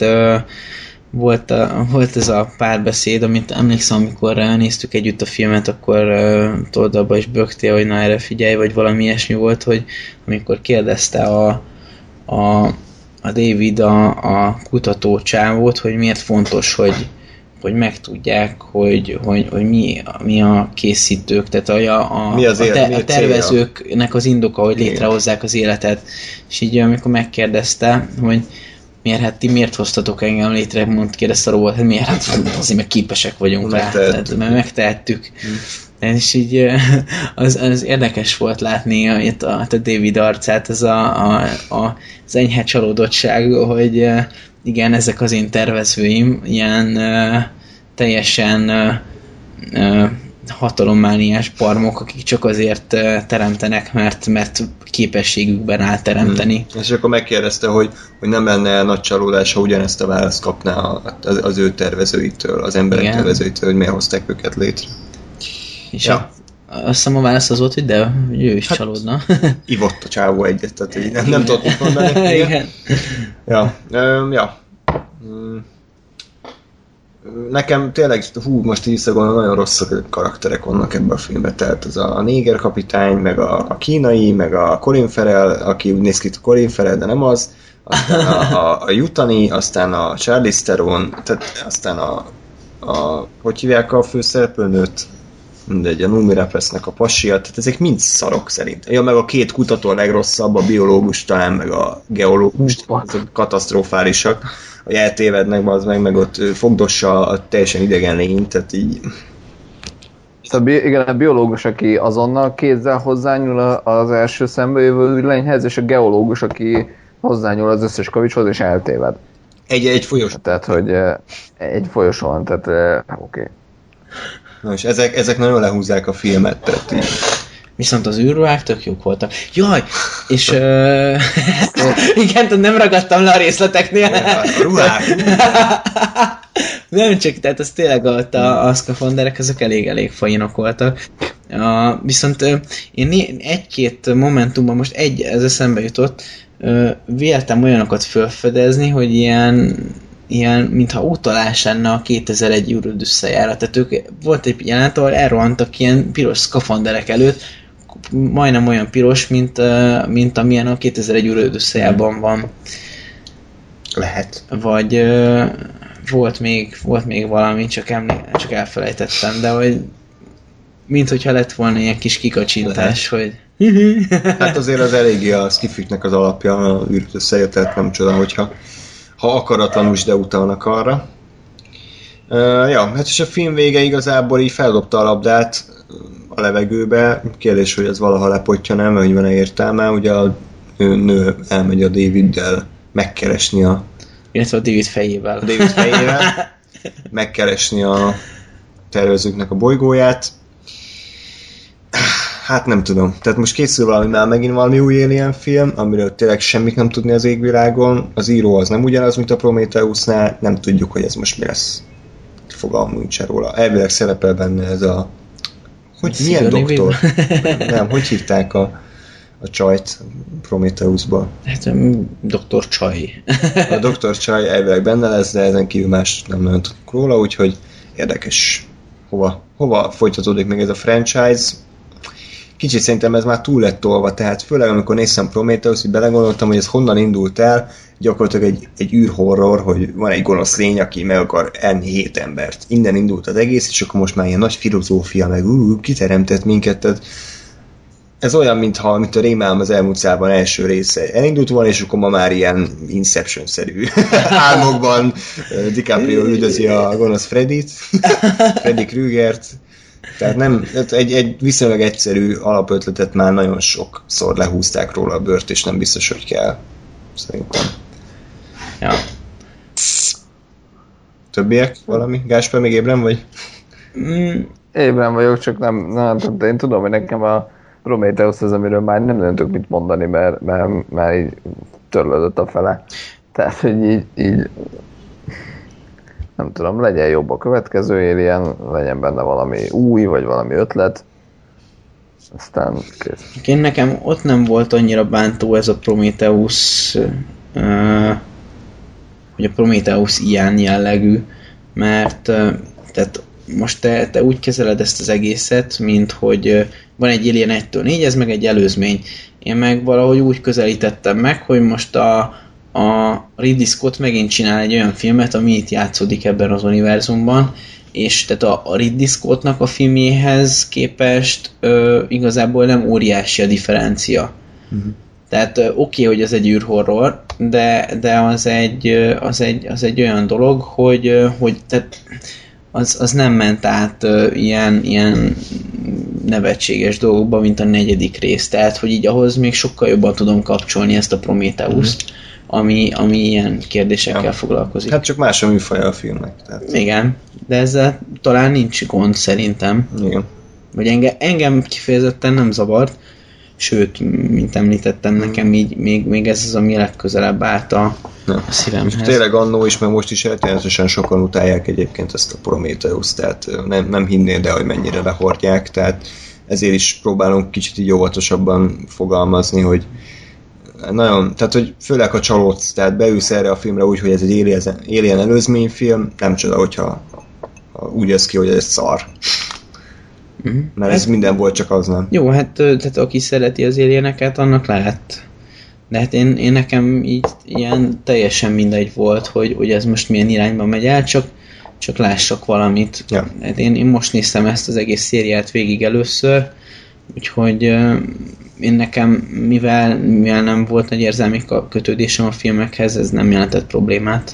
Volt, a, volt ez a párbeszéd, amit emlékszem, amikor néztük együtt a filmet, akkor tudod, abba is bögtél, hogy na erre figyelj, vagy valami ilyesmi volt, hogy amikor kérdezte a, a, a David a, a kutató csávót, hogy miért fontos, hogy hogy megtudják, hogy, hogy, hogy mi, mi a készítők, tehát a, a, mi az élet, a, te, a tervezőknek az indoka, hogy létrehozzák az életet. És így amikor megkérdezte, hogy miért, hát ti miért hoztatok engem létre, mond, kérdezte a robot, hát miért, hát azért meg képesek vagyunk rá, tehát, mert megtehettük. Hmm. És így az, az érdekes volt látni a, a, a David arcát, az a, a, a, az enyhe csalódottság, hogy igen, ezek az én tervezőim, ilyen uh, teljesen uh, uh, hatalommániás barmok, akik csak azért uh, teremtenek, mert, mert képességükben áll teremteni. Hmm. És akkor megkérdezte, hogy, hogy nem lenne nagy csalódás, ha ugyanezt a választ kapná az, az ő tervezőitől, az emberek igen. tervezőitől, hogy miért hozták őket létre. És ja. a, azt hiszem a válasz az volt, hogy de hogy ő is hát, csalódna. Ivott a csávó egyet, tehát így nem, nem tudott mit mondani. Igen. igen. Ja. Öm, ja. Nekem tényleg, hú, most így visszagondolom, nagyon rossz karakterek vannak ebben a filmben, tehát az a néger kapitány, meg a, a kínai, meg a Colin Farrell, aki úgy néz ki, a Colin Farrell, de nem az, aztán a, a, a Yutani, aztán a Charlize Theron, tehát aztán a, a hogy hívják a főszereplőnőt? Mindegy, a Noomi Rapace-nek a passia, tehát ezek mind szarok szerint. Ja, meg a két kutató a legrosszabb, a biológus talán, meg a geológus, azok katasztrofálisak, hogy eltévednek, az meg, meg ott fogdossa a teljesen idegen lényt, tehát így... A bi- igen, a biológus, aki azonnal kézzel hozzányúl az első szembejövő villanyhez, és a geológus, aki hozzányúl az összes kavicshoz, és eltéved. Egy, egy folyosón. Tehát, hogy egy folyosón, tehát oké. Okay. Na és ezek, ezek nagyon lehúzzák a filmet, tehát így. Viszont az űrruhák tök jók voltak. Jaj! És uh, igen, nem ragadtam le a részleteknél. Ja, a ruhák! Nem csak, tehát az tényleg ott a, a szkafanderek, azok elég-elég fajinok voltak. A, viszont én egy-két momentumban most egy, ez eszembe jutott, véltem olyanokat felfedezni, hogy ilyen, ilyen mintha utalás lenne a kétezer-egy űröd összejára. Tehát ők, volt egy jelent, ahol elrohantak ilyen piros szkafanderek előtt, majdnem olyan piros, mint, mint amilyen a kétezer-egy űröd összejában van. Lehet. Vagy volt még, volt még valami, csak, emlé- csak elfelejtettem, de hogy mint hogyha lett volna ilyen kis kikacsintás, hogy... Hát azért az eléggé a skifiknek az alapja, a űröt összejött, tehát nem csoda, hogyha ha akaratlanul is, de utalnak arra. Uh, ja, hát és a film vége igazából így feldobta a labdát a levegőbe. Kérdés, hogy ez valaha lepottya, nem, hogy van-e értelme. Ugye a nő elmegy a Daviddel megkeresni a... Illetve a David fejével. A David fejével. Megkeresni a tervezőknek a bolygóját. Hát nem tudom. Tehát most készül valami, már megint valami új Alien film, amiről tényleg semmit nem tudni az égvilágon. Az író az nem ugyanaz, mint a Prometheusnál. Nem tudjuk, hogy ez most mi lesz. Fogalmunk nincsen róla. Elvileg szerepel benne ez a... Hogy milyen doktor? Nem, hogy hívták a, a csajt Prometheusba? Hát doktor Csaj. A doktor Csaj elvileg benne lesz, de ezen kívül más nem nagyon tudunk róla, úgyhogy érdekes. Hova, hova folytatódik még ez a franchise? Kicsit szerintem ez már túl lett tolva, tehát főleg amikor néztem Prometheus, hogy belegondoltam, hogy ez honnan indult el, gyakorlatilag egy, egy űrhorror, hogy van egy gonosz lény, aki meg akar enni hét embert. Innen indult az egész, és akkor most már ilyen nagy filozófia, meg ú, kiteremtett minket, tehát ez olyan, mintha mint a Rémálom az elmúlt szában első része elindult volna, és akkor ma már ilyen Inception-szerű álmokban DiCaprio üldözi a gonosz Freddyt, Freddy Krügert. Tehát nem, egy, egy viszonylag egyszerű alapötletet már nagyon sokszor lehúzták róla a bőrt, és nem biztos, hogy kell. Szerintem. Ja. Többiek? Valami? Gáspár, még ébren vagy? Mm. Ébren vagyok, csak nem, nem, én tudom, hogy nekem a Prometheus az, amiről már nem döntök mit mondani, mert, mert már így törlődött a fele. Tehát, hogy így, így nem tudom, legyen jobb a következő Alien, legyen benne valami új, vagy valami ötlet. Aztán kész. Én nekem ott nem volt annyira bántó ez a Prometheus, uh, hogy a Prometheus ilyen jellegű, mert uh, tehát most te, te úgy kezeled ezt az egészet, mint hogy uh, van egy Alien egytől négy, ez meg egy előzmény. Én meg valahogy úgy közelítettem meg, hogy most a, a Ridley Scott megint csinál egy olyan filmet, ami itt játszódik ebben az univerzumban, és tehát a, a Ridley Scottnak a filmjéhez képest ö, igazából nem óriási a differencia. Uh-huh. Tehát oké, okay, hogy ez egy űrhorror, de, de az, egy, az, egy, az egy olyan dolog, hogy, hogy tehát az, az nem ment át ö, ilyen, ilyen nevetséges dolgokba, mint a negyedik rész. Tehát, hogy így ahhoz még sokkal jobban tudom kapcsolni ezt a Prometheust, uh-huh. ami, ami ilyen kérdésekkel ja. foglalkozik. Hát csak más a műfaja a filmnek. Tehát. Igen, de ezzel talán nincs gond szerintem. Igen. Vagy engem, engem kifejezetten nem zavart, sőt, mint említettem, hmm. nekem így még, még ez az, ami legközelebb állt a, a szívemhez. És tényleg annó is, meg most is eltényezősen sokan utálják egyébként ezt a Prometheus, tehát nem, nem hinnél, de hogy mennyire lehordják, tehát ezért is próbálunk kicsit így óvatosabban fogalmazni, hogy nagyon, tehát hogy főleg ha csalódsz, tehát beülsz erre a filmre úgy, hogy ez egy Alien, Alien előzményfilm, nem csoda, hogyha ha úgy jössz ki, hogy ez szar. Uh-huh. Mert ez hát, minden volt, csak az nem. Jó, hát tehát aki szereti az Alieneket, annak lehet. De hát én, én nekem így ilyen teljesen mindegy volt, hogy, hogy ez most milyen irányba megy el, csak, csak lássak valamit. Ja. Hát én, én most néztem ezt az egész szériát végig először, úgyhogy én nekem, mivel, mivel nem volt nagy érzelmi kötődésem a filmekhez, ez nem jelentett problémát.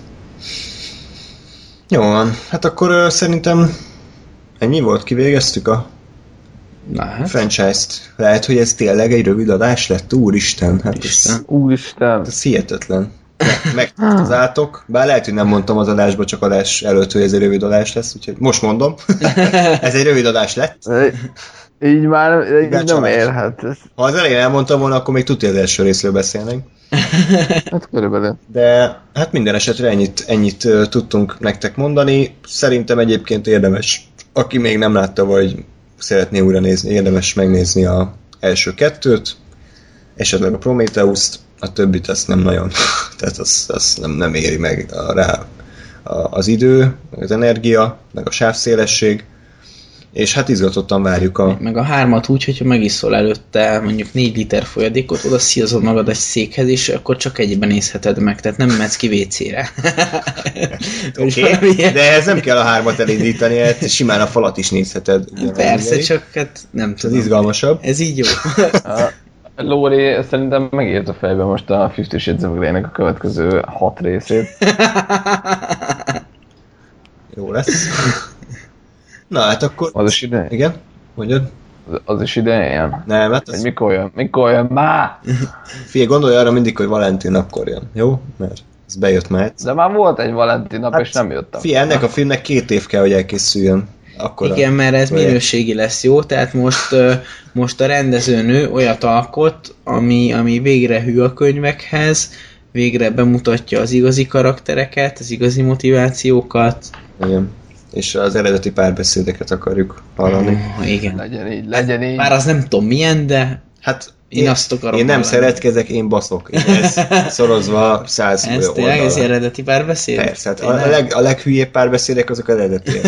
Jó van, hát akkor uh, szerintem ennyi volt, kivégeztük a hát. franchise-t. Lehet, hogy ez tényleg egy rövid adás lett? Úristen, hát Isten. ez, Úristen. ez hihetetlen. Megtartozátok, bár lehet, hogy nem mondtam az adásba, csak adás előtt, hogy ez egy rövid adás lesz, úgyhogy most mondom. Ez egy rövid adás lett. Így már így nem érhet. Ha az elején elmondtam volna, akkor még tudja az első részről beszélnénk. Hát körülbelül. De hát minden esetre ennyit, ennyit uh, tudtunk nektek mondani. Szerintem egyébként érdemes, aki még nem látta, vagy szeretné újra nézni, érdemes megnézni a első kettőt, esetleg a Prometheus-t, a többit azt nem nagyon, tehát azt, azt nem, nem éri meg a, rá a, az idő, az energia, meg a sávszélesség, és hát izgatottan várjuk a... Meg a hármat úgy, hogyha megiszol előtte mondjuk négy liter folyadékot, oda szíjazod magad egy székhez, és akkor csak egyben nézheted meg, tehát nem mehetsz ki vécére. Oké, okay, de ehhez nem kell a hármat elindítani, hát simán a falat is nézheted. Persze, csak hát nem tudom. Ez izgalmasabb. Ez így jó. Lóri szerintem megírt a fejbe most a Fifty Shades of Grey-nek a következő hat részét. Jó lesz. Na hát akkor... Az is ide? Igen? Mondjad? Az, az is ide jön? Nem, hát az... Mikor jön? Mikor jön? Már! Figyelj, gondolj arra mindig, hogy Valentin akkor jön. Jó? Mert ez bejött már. De már volt egy Valentin nap, hát, és nem jöttem. Figyelj, ennek a filmnek két év kell, hogy elkészüljön. Akkor igen, mert ez projekt. Minőségi lesz, jó? Tehát most, most a rendezőnő olyat alkot, ami, ami végre hű a könyvekhez, végre bemutatja az igazi karaktereket, az igazi motivációkat. Igen. És az eredeti párbeszédeket akarjuk hallani. Oh, igen. Legyen így, legyen így. Bár az nem tudom milyen, de hát én, én azt akarom Én nem hallani. Szeretkezek, én baszok. Én ez szorozva száz ez oldalra. Ez ez eredeti párbeszéd? Persze, hát a, a, leg, a leghülyébb párbeszédek azok az eredetiek.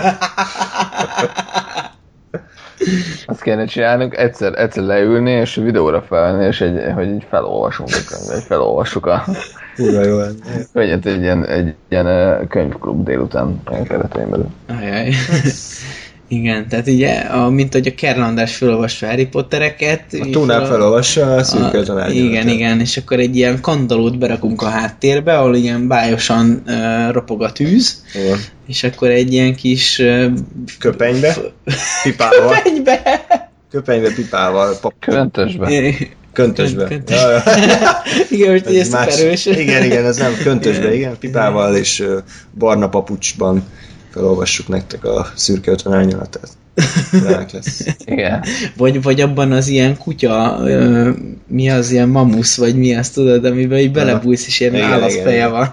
Azt kéne csinálnunk, egyszer, egyszer leülni, és videóra felvenni, és egy, hogy így felolvasunk a könyvet, felolvassuk a Ura jó. könyvet egy ilyen, egy ilyen könyvklub délután keretein belül. Ajaj. Igen, tehát ugye, a, mint hogy a Kern András felolvassa Harry Pottereket. A Túnál felolvassa a szürköltön árnyalatot. Igen, igen, és akkor egy ilyen kandalót berakunk a háttérbe, ahol ilyen bájosan uh, ropog a tűz, igen. És akkor egy ilyen kis... Uh, köpenybe, pipával. Köpenybe! Köpenybe, pipával. Pap- Köntösbe. Köntösbe. Köntösbe. Ja, ja. Igen, most ez szuperős. Igen, igen, ez nem köntösbe, igen, pipával és uh, barna papucsban felolvassuk nektek a szürke ötven árnyalatát. Ránk lesz. Igen. Vagy, vagy abban az ilyen kutya, ö, mi az ilyen mamusz, vagy mi azt tudod, amiben így belebújsz, és ilyen állatfeje van.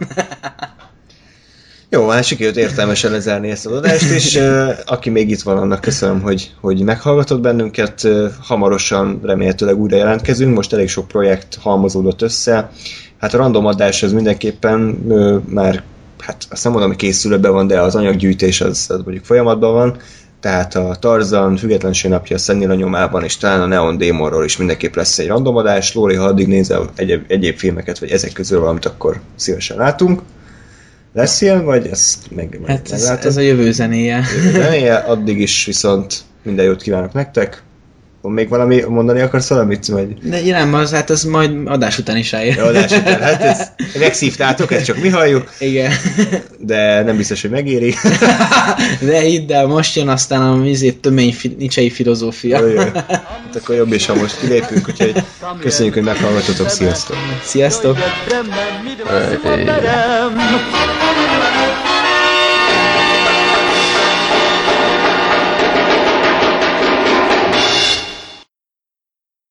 Jó, hát sikerült értelmesen lezárni ezt az adást, és uh, aki még itt van, annak köszönöm, hogy, hogy meghallgatott bennünket. Uh, hamarosan remélhetőleg újra jelentkezünk, most elég sok projekt halmozódott össze. Hát a random adás az mindenképpen uh, már, hát azt nem mondom, hogy készülőben van, de az anyaggyűjtés az, az mondjuk folyamatban van. Tehát a Tarzan, Függetlenség napja, a Szennyira nyomában, és talán a Neon Demonról is mindenképp lesz egy random adás. Lóri, ha addig nézel egyéb, egyéb filmeket, vagy ezek közül valamit, akkor szívesen látunk. Lesz ilyen, vagy ezt meg, meg hát ez, ez a jövő zenéje. Jövő zenéje, addig is viszont minden jót kívánok nektek. Még valami mondani akarsz valamit? Vagy? De nem, az, hát az majd adás után is rájön. Ja, adás után, hát ezt megszívtátok, ezt csak mi halljuk. Igen. De nem biztos, hogy megéri. De hidd el, most jön aztán a vizét tömény nicsei filozófia. Hát akkor jobb is, ha most kilépünk, úgyhogy köszönjük, hogy meghallgatotok, sziasztok! Sziasztok! Hey.